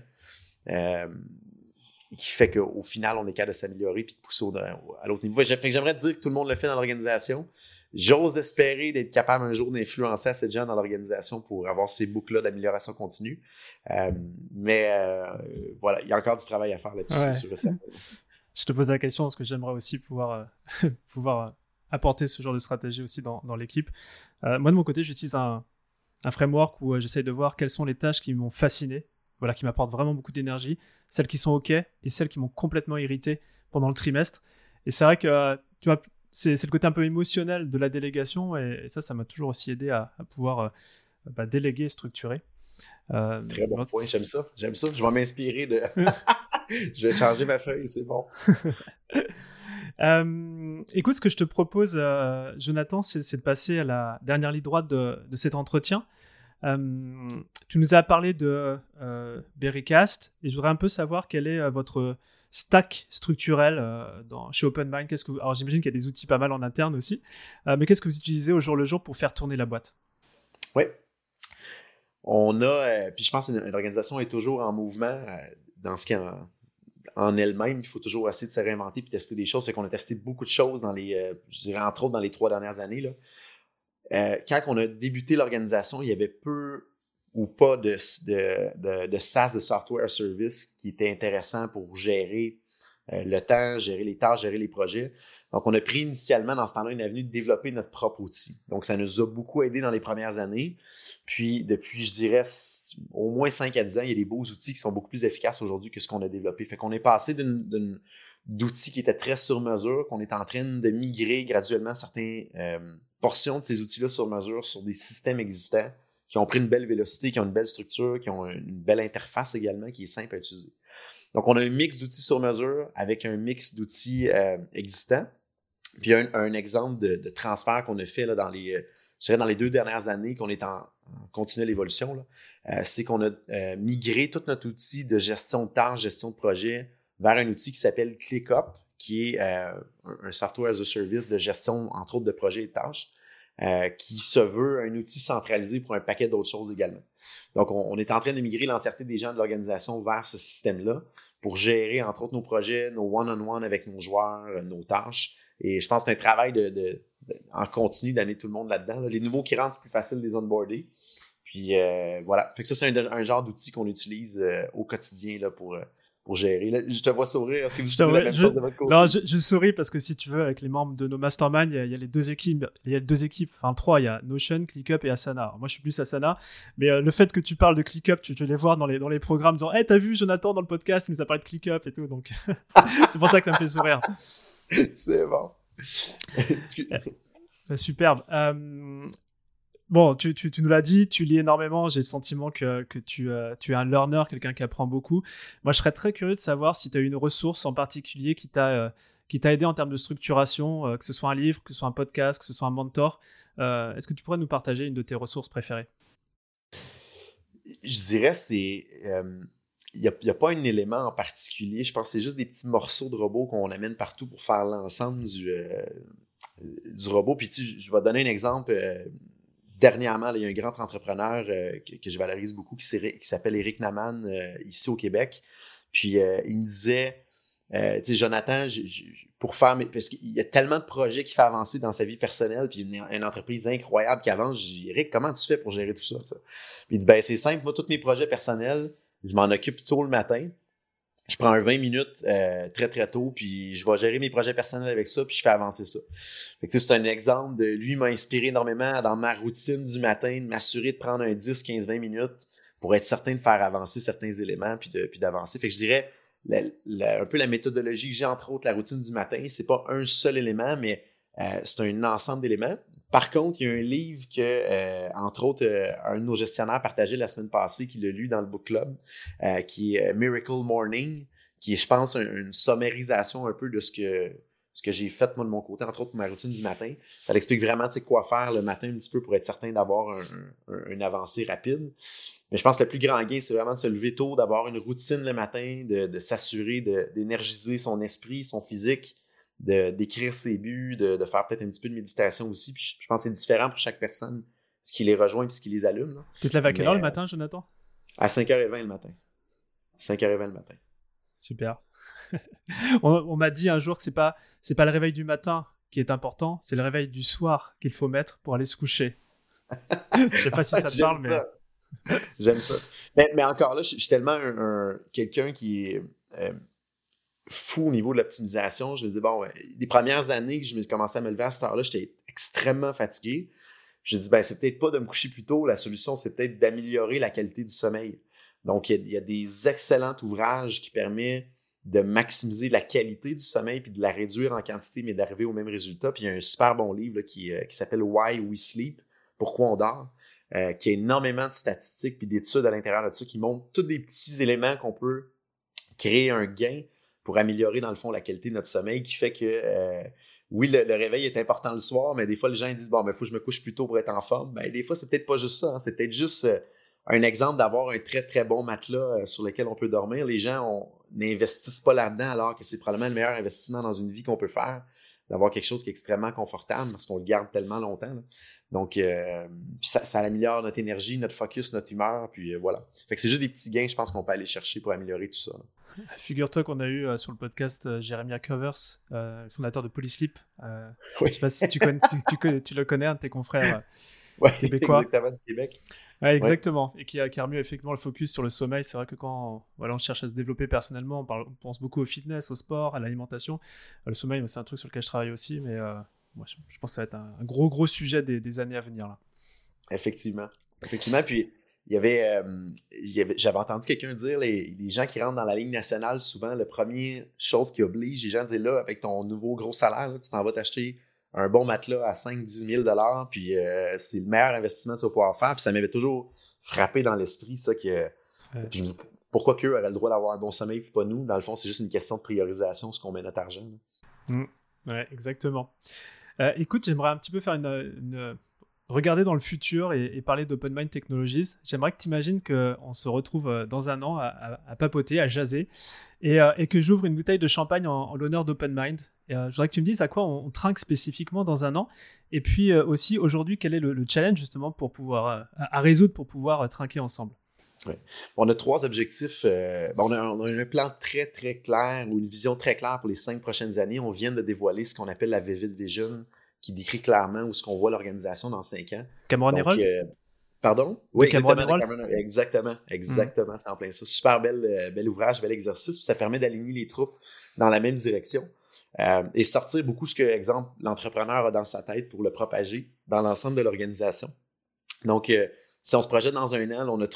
qui fait qu'au final, on est capable de s'améliorer et de pousser à l'autre niveau. Fait que j'aimerais dire que tout le monde le fait dans l'organisation. J'ose espérer d'être capable un jour d'influencer assez de gens dans l'organisation pour avoir ces boucles-là d'amélioration continue. Mais voilà, il y a encore du travail à faire là-dessus, Ouais. c'est sûr et certain. Je te pose la question parce que j'aimerais aussi pouvoir apporter ce genre de stratégie aussi dans l'équipe. Moi, de mon côté, j'utilise un framework où j'essaie de voir quelles sont les tâches qui m'ont fasciné, voilà, qui m'apportent vraiment beaucoup d'énergie, celles qui sont OK et celles qui m'ont complètement irrité pendant le trimestre. Et c'est vrai que tu vois, c'est le côté un peu émotionnel de la délégation et ça m'a toujours aussi aidé à pouvoir déléguer et structurer. Très bon point, j'aime ça. Je vais m'inspirer de... Je vais changer ma feuille, c'est bon. Écoute, ce que je te propose, Jonathan, c'est de passer à la dernière ligne droite de cet entretien. Tu nous as parlé de Berrycast et je voudrais un peu savoir quel est votre stack structurel chez OpenMind. Alors j'imagine qu'il y a des outils pas mal en interne aussi, mais qu'est-ce que vous utilisez au jour le jour pour faire tourner la boîte? Oui. On a, puis je pense qu'une organisation est toujours en mouvement dans ce qui est en elle-même. Il faut toujours essayer de se réinventer puis tester des choses. Fait qu'on a testé beaucoup de choses je dirais entre autres dans les 3 dernières années. Là. Quand on a débuté l'organisation, il y avait peu ou pas de SaaS, de Software Service, qui était intéressant pour gérer le temps, gérer les tâches, gérer les projets. Donc, on a pris initialement dans ce temps-là une avenue de développer notre propre outil. Donc, ça nous a beaucoup aidé dans les premières années. Puis, depuis, je dirais, au moins 5 à 10 ans, il y a des beaux outils qui sont beaucoup plus efficaces aujourd'hui que ce qu'on a développé. Fait qu'on est passé d'une d'outils qui étaient très sur mesure, qu'on est en train de migrer graduellement certaines portions de ces outils-là sur mesure sur des systèmes existants qui ont pris une belle vélocité, qui ont une belle structure, qui ont une belle interface également, qui est simple à utiliser. Donc, on a un mix d'outils sur mesure avec un mix d'outils existants. Puis, un exemple de transfert qu'on a fait là, dans les 2 dernières années, qu'on est en continuelle évolution, là, c'est qu'on a migré tout notre outil de gestion de tâches, gestion de projet vers un outil qui s'appelle ClickUp, qui est un software as a service de gestion, entre autres, de projets et de tâches, qui se veut un outil centralisé pour un paquet d'autres choses également. Donc, on est en train de migrer l'entièreté des gens de l'organisation vers ce système-là pour gérer, entre autres, nos projets, nos one-on-one avec nos joueurs, nos tâches. Et je pense que c'est un travail en continu d'amener tout le monde là-dedans. Là. Les nouveaux qui rentrent, c'est plus facile de les onboarder. Puis voilà. Fait que ça, c'est un genre d'outil qu'on utilise au quotidien là, pour gérer. Là, je te vois sourire. Est-ce que vous utilisez la même chose de votre côté? Non, je souris parce que si tu veux, avec les membres de nos masterminds, il y a les 2 équipes. Il y a 2 équipes, enfin 3. Il y a Notion, ClickUp et Asana. Alors, moi, je suis plus Asana. Mais le fait que tu parles de ClickUp, tu les voir dans les programmes disant hey, t'as vu Jonathan dans le podcast, il nous a parlé de ClickUp et tout. Donc, c'est pour ça que ça me fait sourire. C'est bon. Superbe. Bon, tu nous l'as dit, tu lis énormément. J'ai le sentiment que tu es un learner, quelqu'un qui apprend beaucoup. Moi, je serais très curieux de savoir si tu as une ressource en particulier qui t'a aidé en termes de structuration, que ce soit un livre, que ce soit un podcast, que ce soit un mentor. Est-ce que tu pourrais nous partager une de tes ressources préférées? Je dirais il n'y a pas un élément en particulier. Je pense que c'est juste des petits morceaux de robots qu'on amène partout pour faire l'ensemble du robot. Puis je vais te donner un exemple. Dernièrement, là, il y a un grand entrepreneur que je valorise beaucoup qui s'appelle Eric Naman ici au Québec. Puis il me disait, tu sais, Jonathan, pour faire parce qu'il y a tellement de projets qu'il fait avancer dans sa vie personnelle, puis une entreprise incroyable qui avance. Je dis, Eric, comment tu fais pour gérer tout ça? T'sais? Puis il dit, ben c'est simple, moi, tous mes projets personnels, je m'en occupe tôt le matin. Je prends un 20 minutes très, très tôt, puis je vais gérer mes projets personnels avec ça, puis je fais avancer ça. Fait que, c'est un exemple de lui m'a inspiré énormément dans ma routine du matin, de m'assurer de prendre un 10, 15, 20 minutes pour être certain de faire avancer certains éléments, puis d'avancer. Fait que je dirais, un peu la méthodologie que j'ai, entre autres, la routine du matin, c'est pas un seul élément, mais c'est un ensemble d'éléments. Par contre, il y a un livre que, entre autres, un de nos gestionnaires partageait la semaine passée, qui l'a lu dans le book club, qui est Miracle Morning, qui est, je pense, une sommarisation un peu de ce que j'ai fait, moi, de mon côté, entre autres, pour ma routine du matin. Ça l'explique vraiment, tu sais, quoi faire le matin un petit peu pour être certain d'avoir une avancée rapide. Mais je pense que le plus grand gain, c'est vraiment de se lever tôt, d'avoir une routine le matin, de s'assurer d'énergiser son esprit, son physique, d'écrire ses buts, de faire peut-être un petit peu de méditation aussi. Puis je pense que c'est différent pour chaque personne, ce qui les rejoint et ce qui les allume. Là. Tu te lèves à quelle heure le matin, Jonathan? À 5h20 le matin. 5h20 le matin. Super. On m'a dit un jour que c'est pas le réveil du matin qui est important, c'est le réveil du soir qu'il faut mettre pour aller se coucher. Je sais pas si ça te parle, mais... J'aime ça. Mais encore là, je suis tellement quelqu'un qui est... fou au niveau de l'optimisation. Je me dis, bon, les premières années que je me commençais à me lever à cette heure-là, j'étais extrêmement fatigué. Je me dis, ben, c'est peut-être pas de me coucher plus tôt. La solution, c'est peut-être d'améliorer la qualité du sommeil. Donc, il y a des excellents ouvrages qui permettent de maximiser la qualité du sommeil puis de la réduire en quantité, mais d'arriver au même résultat. Puis il y a un super bon livre là, qui s'appelle Why We Sleep, Pourquoi on dort, qui a énormément de statistiques puis d'études à l'intérieur de ça qui montrent tous des petits éléments qu'on peut créer un gain pour améliorer, dans le fond, la qualité de notre sommeil, qui fait que, oui, le réveil est important le soir, mais des fois, les gens disent, bon, il faut que je me couche plus tôt pour être en forme. Ben, des fois, c'est peut-être pas juste ça. Hein. C'est peut-être juste un exemple d'avoir un très, très bon matelas sur lequel on peut dormir. Les gens n'investissent pas là-dedans, alors que c'est probablement le meilleur investissement dans une vie qu'on peut faire, d'avoir quelque chose qui est extrêmement confortable parce qu'on le garde tellement longtemps. Là. Donc, ça améliore notre énergie, notre focus, notre humeur, puis voilà. Fait que c'est juste des petits gains, je pense, qu'on peut aller chercher pour améliorer tout ça. Là. Figure-toi qu'on a eu sur le podcast Jeremiah Covers, fondateur de Polysleep. Oui. Je sais pas si tu le connais, un de tes confrères québécois. Exactement, du Québec. Ouais, exactement. Et qui a remis effectivement le focus sur le sommeil. C'est vrai que quand on cherche à se développer personnellement, on pense beaucoup au fitness, au sport, à l'alimentation. Le sommeil, c'est un truc sur lequel je travaille aussi, mais moi, je pense que ça va être un gros sujet des années à venir. Là. Effectivement. Puis, j'avais entendu quelqu'un dire, les gens qui rentrent dans la Ligue nationale, souvent, la première chose qui oblige les gens à dire là, avec ton nouveau gros salaire, là, tu t'en vas t'acheter un bon matelas à 5-10 000 $, puis c'est le meilleur investissement que tu vas pouvoir faire. Puis ça m'avait toujours frappé dans l'esprit, ça, que puis je me dis, pourquoi qu'eux auraient le droit d'avoir un bon sommeil, puis pas nous? Dans le fond, c'est juste une question de priorisation, ce qu'on met notre argent. Ouais, exactement. Écoute, j'aimerais un petit peu faire regarder dans le futur et parler d'Open Mind Technologies. J'aimerais que tu imagines qu'on se retrouve dans un an à papoter, à jaser, et que j'ouvre une bouteille de champagne en l'honneur d'Open Mind. Je voudrais que tu me dises à quoi on trinque spécifiquement dans un an. Et puis aussi, aujourd'hui, quel est le challenge justement à résoudre pour pouvoir trinquer ensemble? Ouais. On a 3 objectifs. On a un plan très, très clair ou une vision très claire pour les 5 prochaines années. On vient de dévoiler ce qu'on appelle la Vivid Vision, qui décrit clairement où est-ce qu'on voit l'organisation dans 5 ans. Cameron Herold? Pardon? Oui, exactement. Exactement, c'est en plein ça. Super bel ouvrage, bel exercice. Puis ça permet d'aligner les troupes dans la même direction et sortir beaucoup ce que, exemple, l'entrepreneur a dans sa tête pour le propager dans l'ensemble de l'organisation. Donc, si on se projette dans un an, là, on a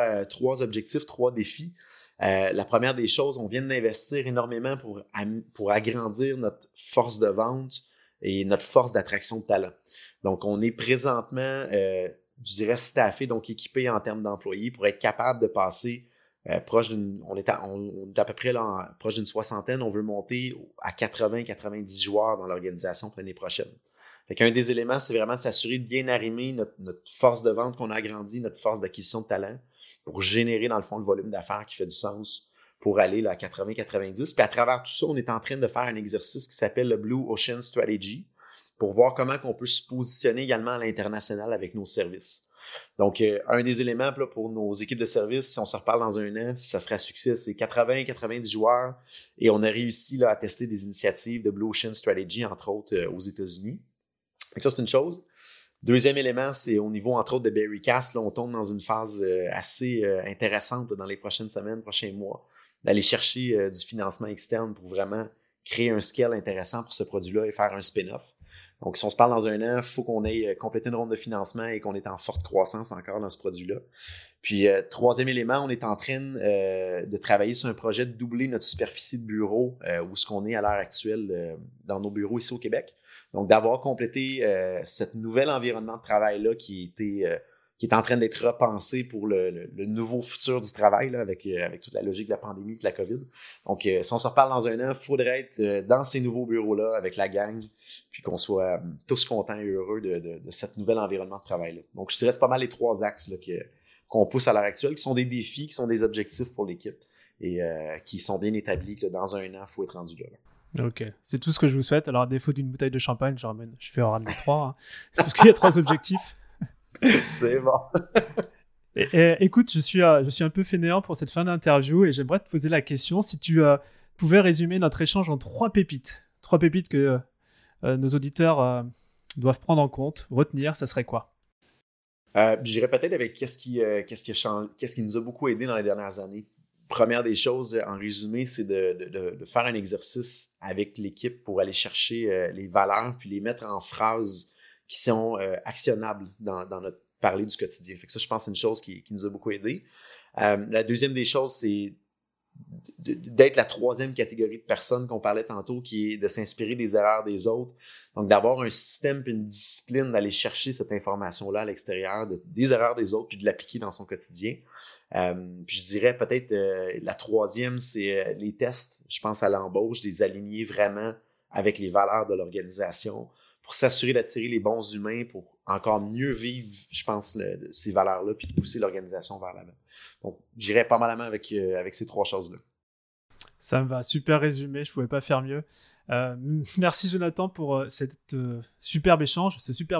3 objectifs, 3 défis. La première des choses, on vient d'investir énormément pour agrandir notre force de vente et notre force d'attraction de talent. Donc, on est présentement, je dirais, staffé, donc équipé en termes d'employés pour être capable de passer proche d'une... On est à peu près là, proche d'une 60aine. On veut monter à 80-90 joueurs dans l'organisation pour l'année prochaine. Fait qu'un des éléments, c'est vraiment de s'assurer de bien arrimer notre force de vente qu'on a agrandie, notre force d'acquisition de talent pour générer, dans le fond, le volume d'affaires qui fait du sens pour aller là, à 80-90. Puis à travers tout ça, on est en train de faire un exercice qui s'appelle le Blue Ocean Strategy pour voir comment on peut se positionner également à l'international avec nos services. Donc, un des éléments là, pour nos équipes de services, si on se reparle dans un an, si ça sera succès, c'est 80-90 joueurs et on a réussi là, à tester des initiatives de Blue Ocean Strategy, entre autres aux États-Unis. Donc ça, c'est une chose. Deuxième élément, c'est au niveau, entre autres, de Berrycast. Là, on tombe dans une phase assez intéressante là, dans les prochaines semaines, prochains mois, d'aller chercher du financement externe pour vraiment créer un scale intéressant pour ce produit-là et faire un spin-off. Donc, si on se parle dans un an, il faut qu'on ait complété une ronde de financement et qu'on est en forte croissance encore dans ce produit-là. Puis, troisième élément, on est en train de travailler sur un projet de doubler notre superficie de bureau où ce qu'on est à l'heure actuelle dans nos bureaux ici au Québec. Donc, d'avoir complété ce nouvel environnement de travail-là qui est en train d'être repensé pour le nouveau futur du travail là, avec toute la logique de la pandémie et de la COVID. Donc, si on se reparle dans un an, il faudrait être dans ces nouveaux bureaux-là avec la gang, puis qu'on soit tous contents et heureux de ce nouvel environnement de travail-là. Donc, je dirais c'est pas mal les 3 axes là, qu'on pousse à l'heure actuelle, qui sont des défis, qui sont des objectifs pour l'équipe et qui sont bien établis que là, dans un an, il faut être rendu là. Ok, c'est tout ce que je vous souhaite. Alors, à défaut d'une bouteille de champagne, je vais en ramener 3, hein, parce qu'il y a 3 objectifs. C'est bon. Écoute, je suis un peu fainéant pour cette fin d'interview et j'aimerais te poser la question si tu pouvais résumer notre échange en 3 pépites. 3 pépites que nos auditeurs doivent prendre en compte, retenir, ça serait quoi? J'irais peut-être avec qu'est-ce qui nous a beaucoup aidé dans les dernières années. Première des choses, en résumé, c'est de faire un exercice avec l'équipe pour aller chercher les valeurs puis les mettre en phrases qui sont actionnables dans notre parler du quotidien. Fait que ça, je pense, c'est une chose qui nous a beaucoup aidé. La deuxième des choses, c'est d'être la 3e catégorie de personnes qu'on parlait tantôt, qui est de s'inspirer des erreurs des autres. Donc, d'avoir un système et une discipline d'aller chercher cette information-là à l'extérieur, des erreurs des autres, puis de l'appliquer dans son quotidien. Puis je dirais peut-être la 3e, c'est les tests. Je pense à l'embauche, des aligner vraiment avec les valeurs de l'organisation pour s'assurer d'attirer les bons humains pour encore mieux vivre, je pense, ces valeurs-là, puis de pousser l'organisation vers l'avant. Donc, j'irais pas mal avec ces 3 choses-là. Ça me va, super résumé, je ne pouvais pas faire mieux. Merci Jonathan pour ce superbe échange.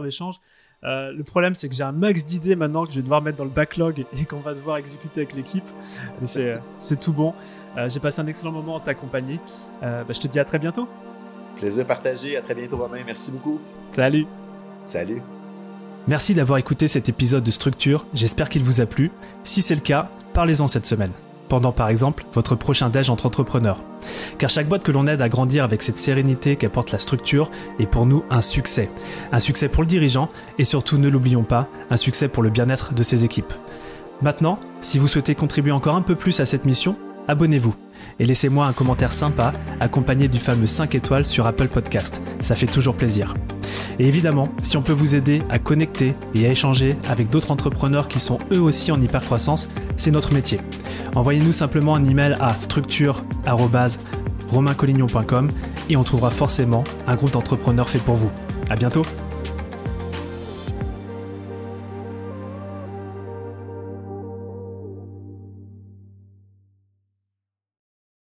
Le problème, c'est que j'ai un max d'idées maintenant que je vais devoir mettre dans le backlog et qu'on va devoir exécuter avec l'équipe. Mais c'est tout bon. J'ai passé un excellent moment en ta compagnie. Je te dis à très bientôt. Plaisir partagé. À très bientôt, Romain. Merci beaucoup. Salut. Salut. Merci d'avoir écouté cet épisode de Structure. J'espère qu'il vous a plu. Si c'est le cas, parlez-en cette semaine. Pendant par exemple votre prochain déj entre entrepreneurs. Car chaque boîte que l'on aide à grandir avec cette sérénité qu'apporte la structure est pour nous un succès. Un succès pour le dirigeant et surtout, ne l'oublions pas, un succès pour le bien-être de ses équipes. Maintenant, si vous souhaitez contribuer encore un peu plus à cette mission, abonnez-vous et laissez-moi un commentaire sympa accompagné du fameux 5 étoiles sur Apple Podcast. Ça fait toujours plaisir. Et évidemment, si on peut vous aider à connecter et à échanger avec d'autres entrepreneurs qui sont eux aussi en hypercroissance, c'est notre métier. Envoyez-nous simplement un email à structure@romaincollignon.com et on trouvera forcément un groupe d'entrepreneurs fait pour vous. À bientôt!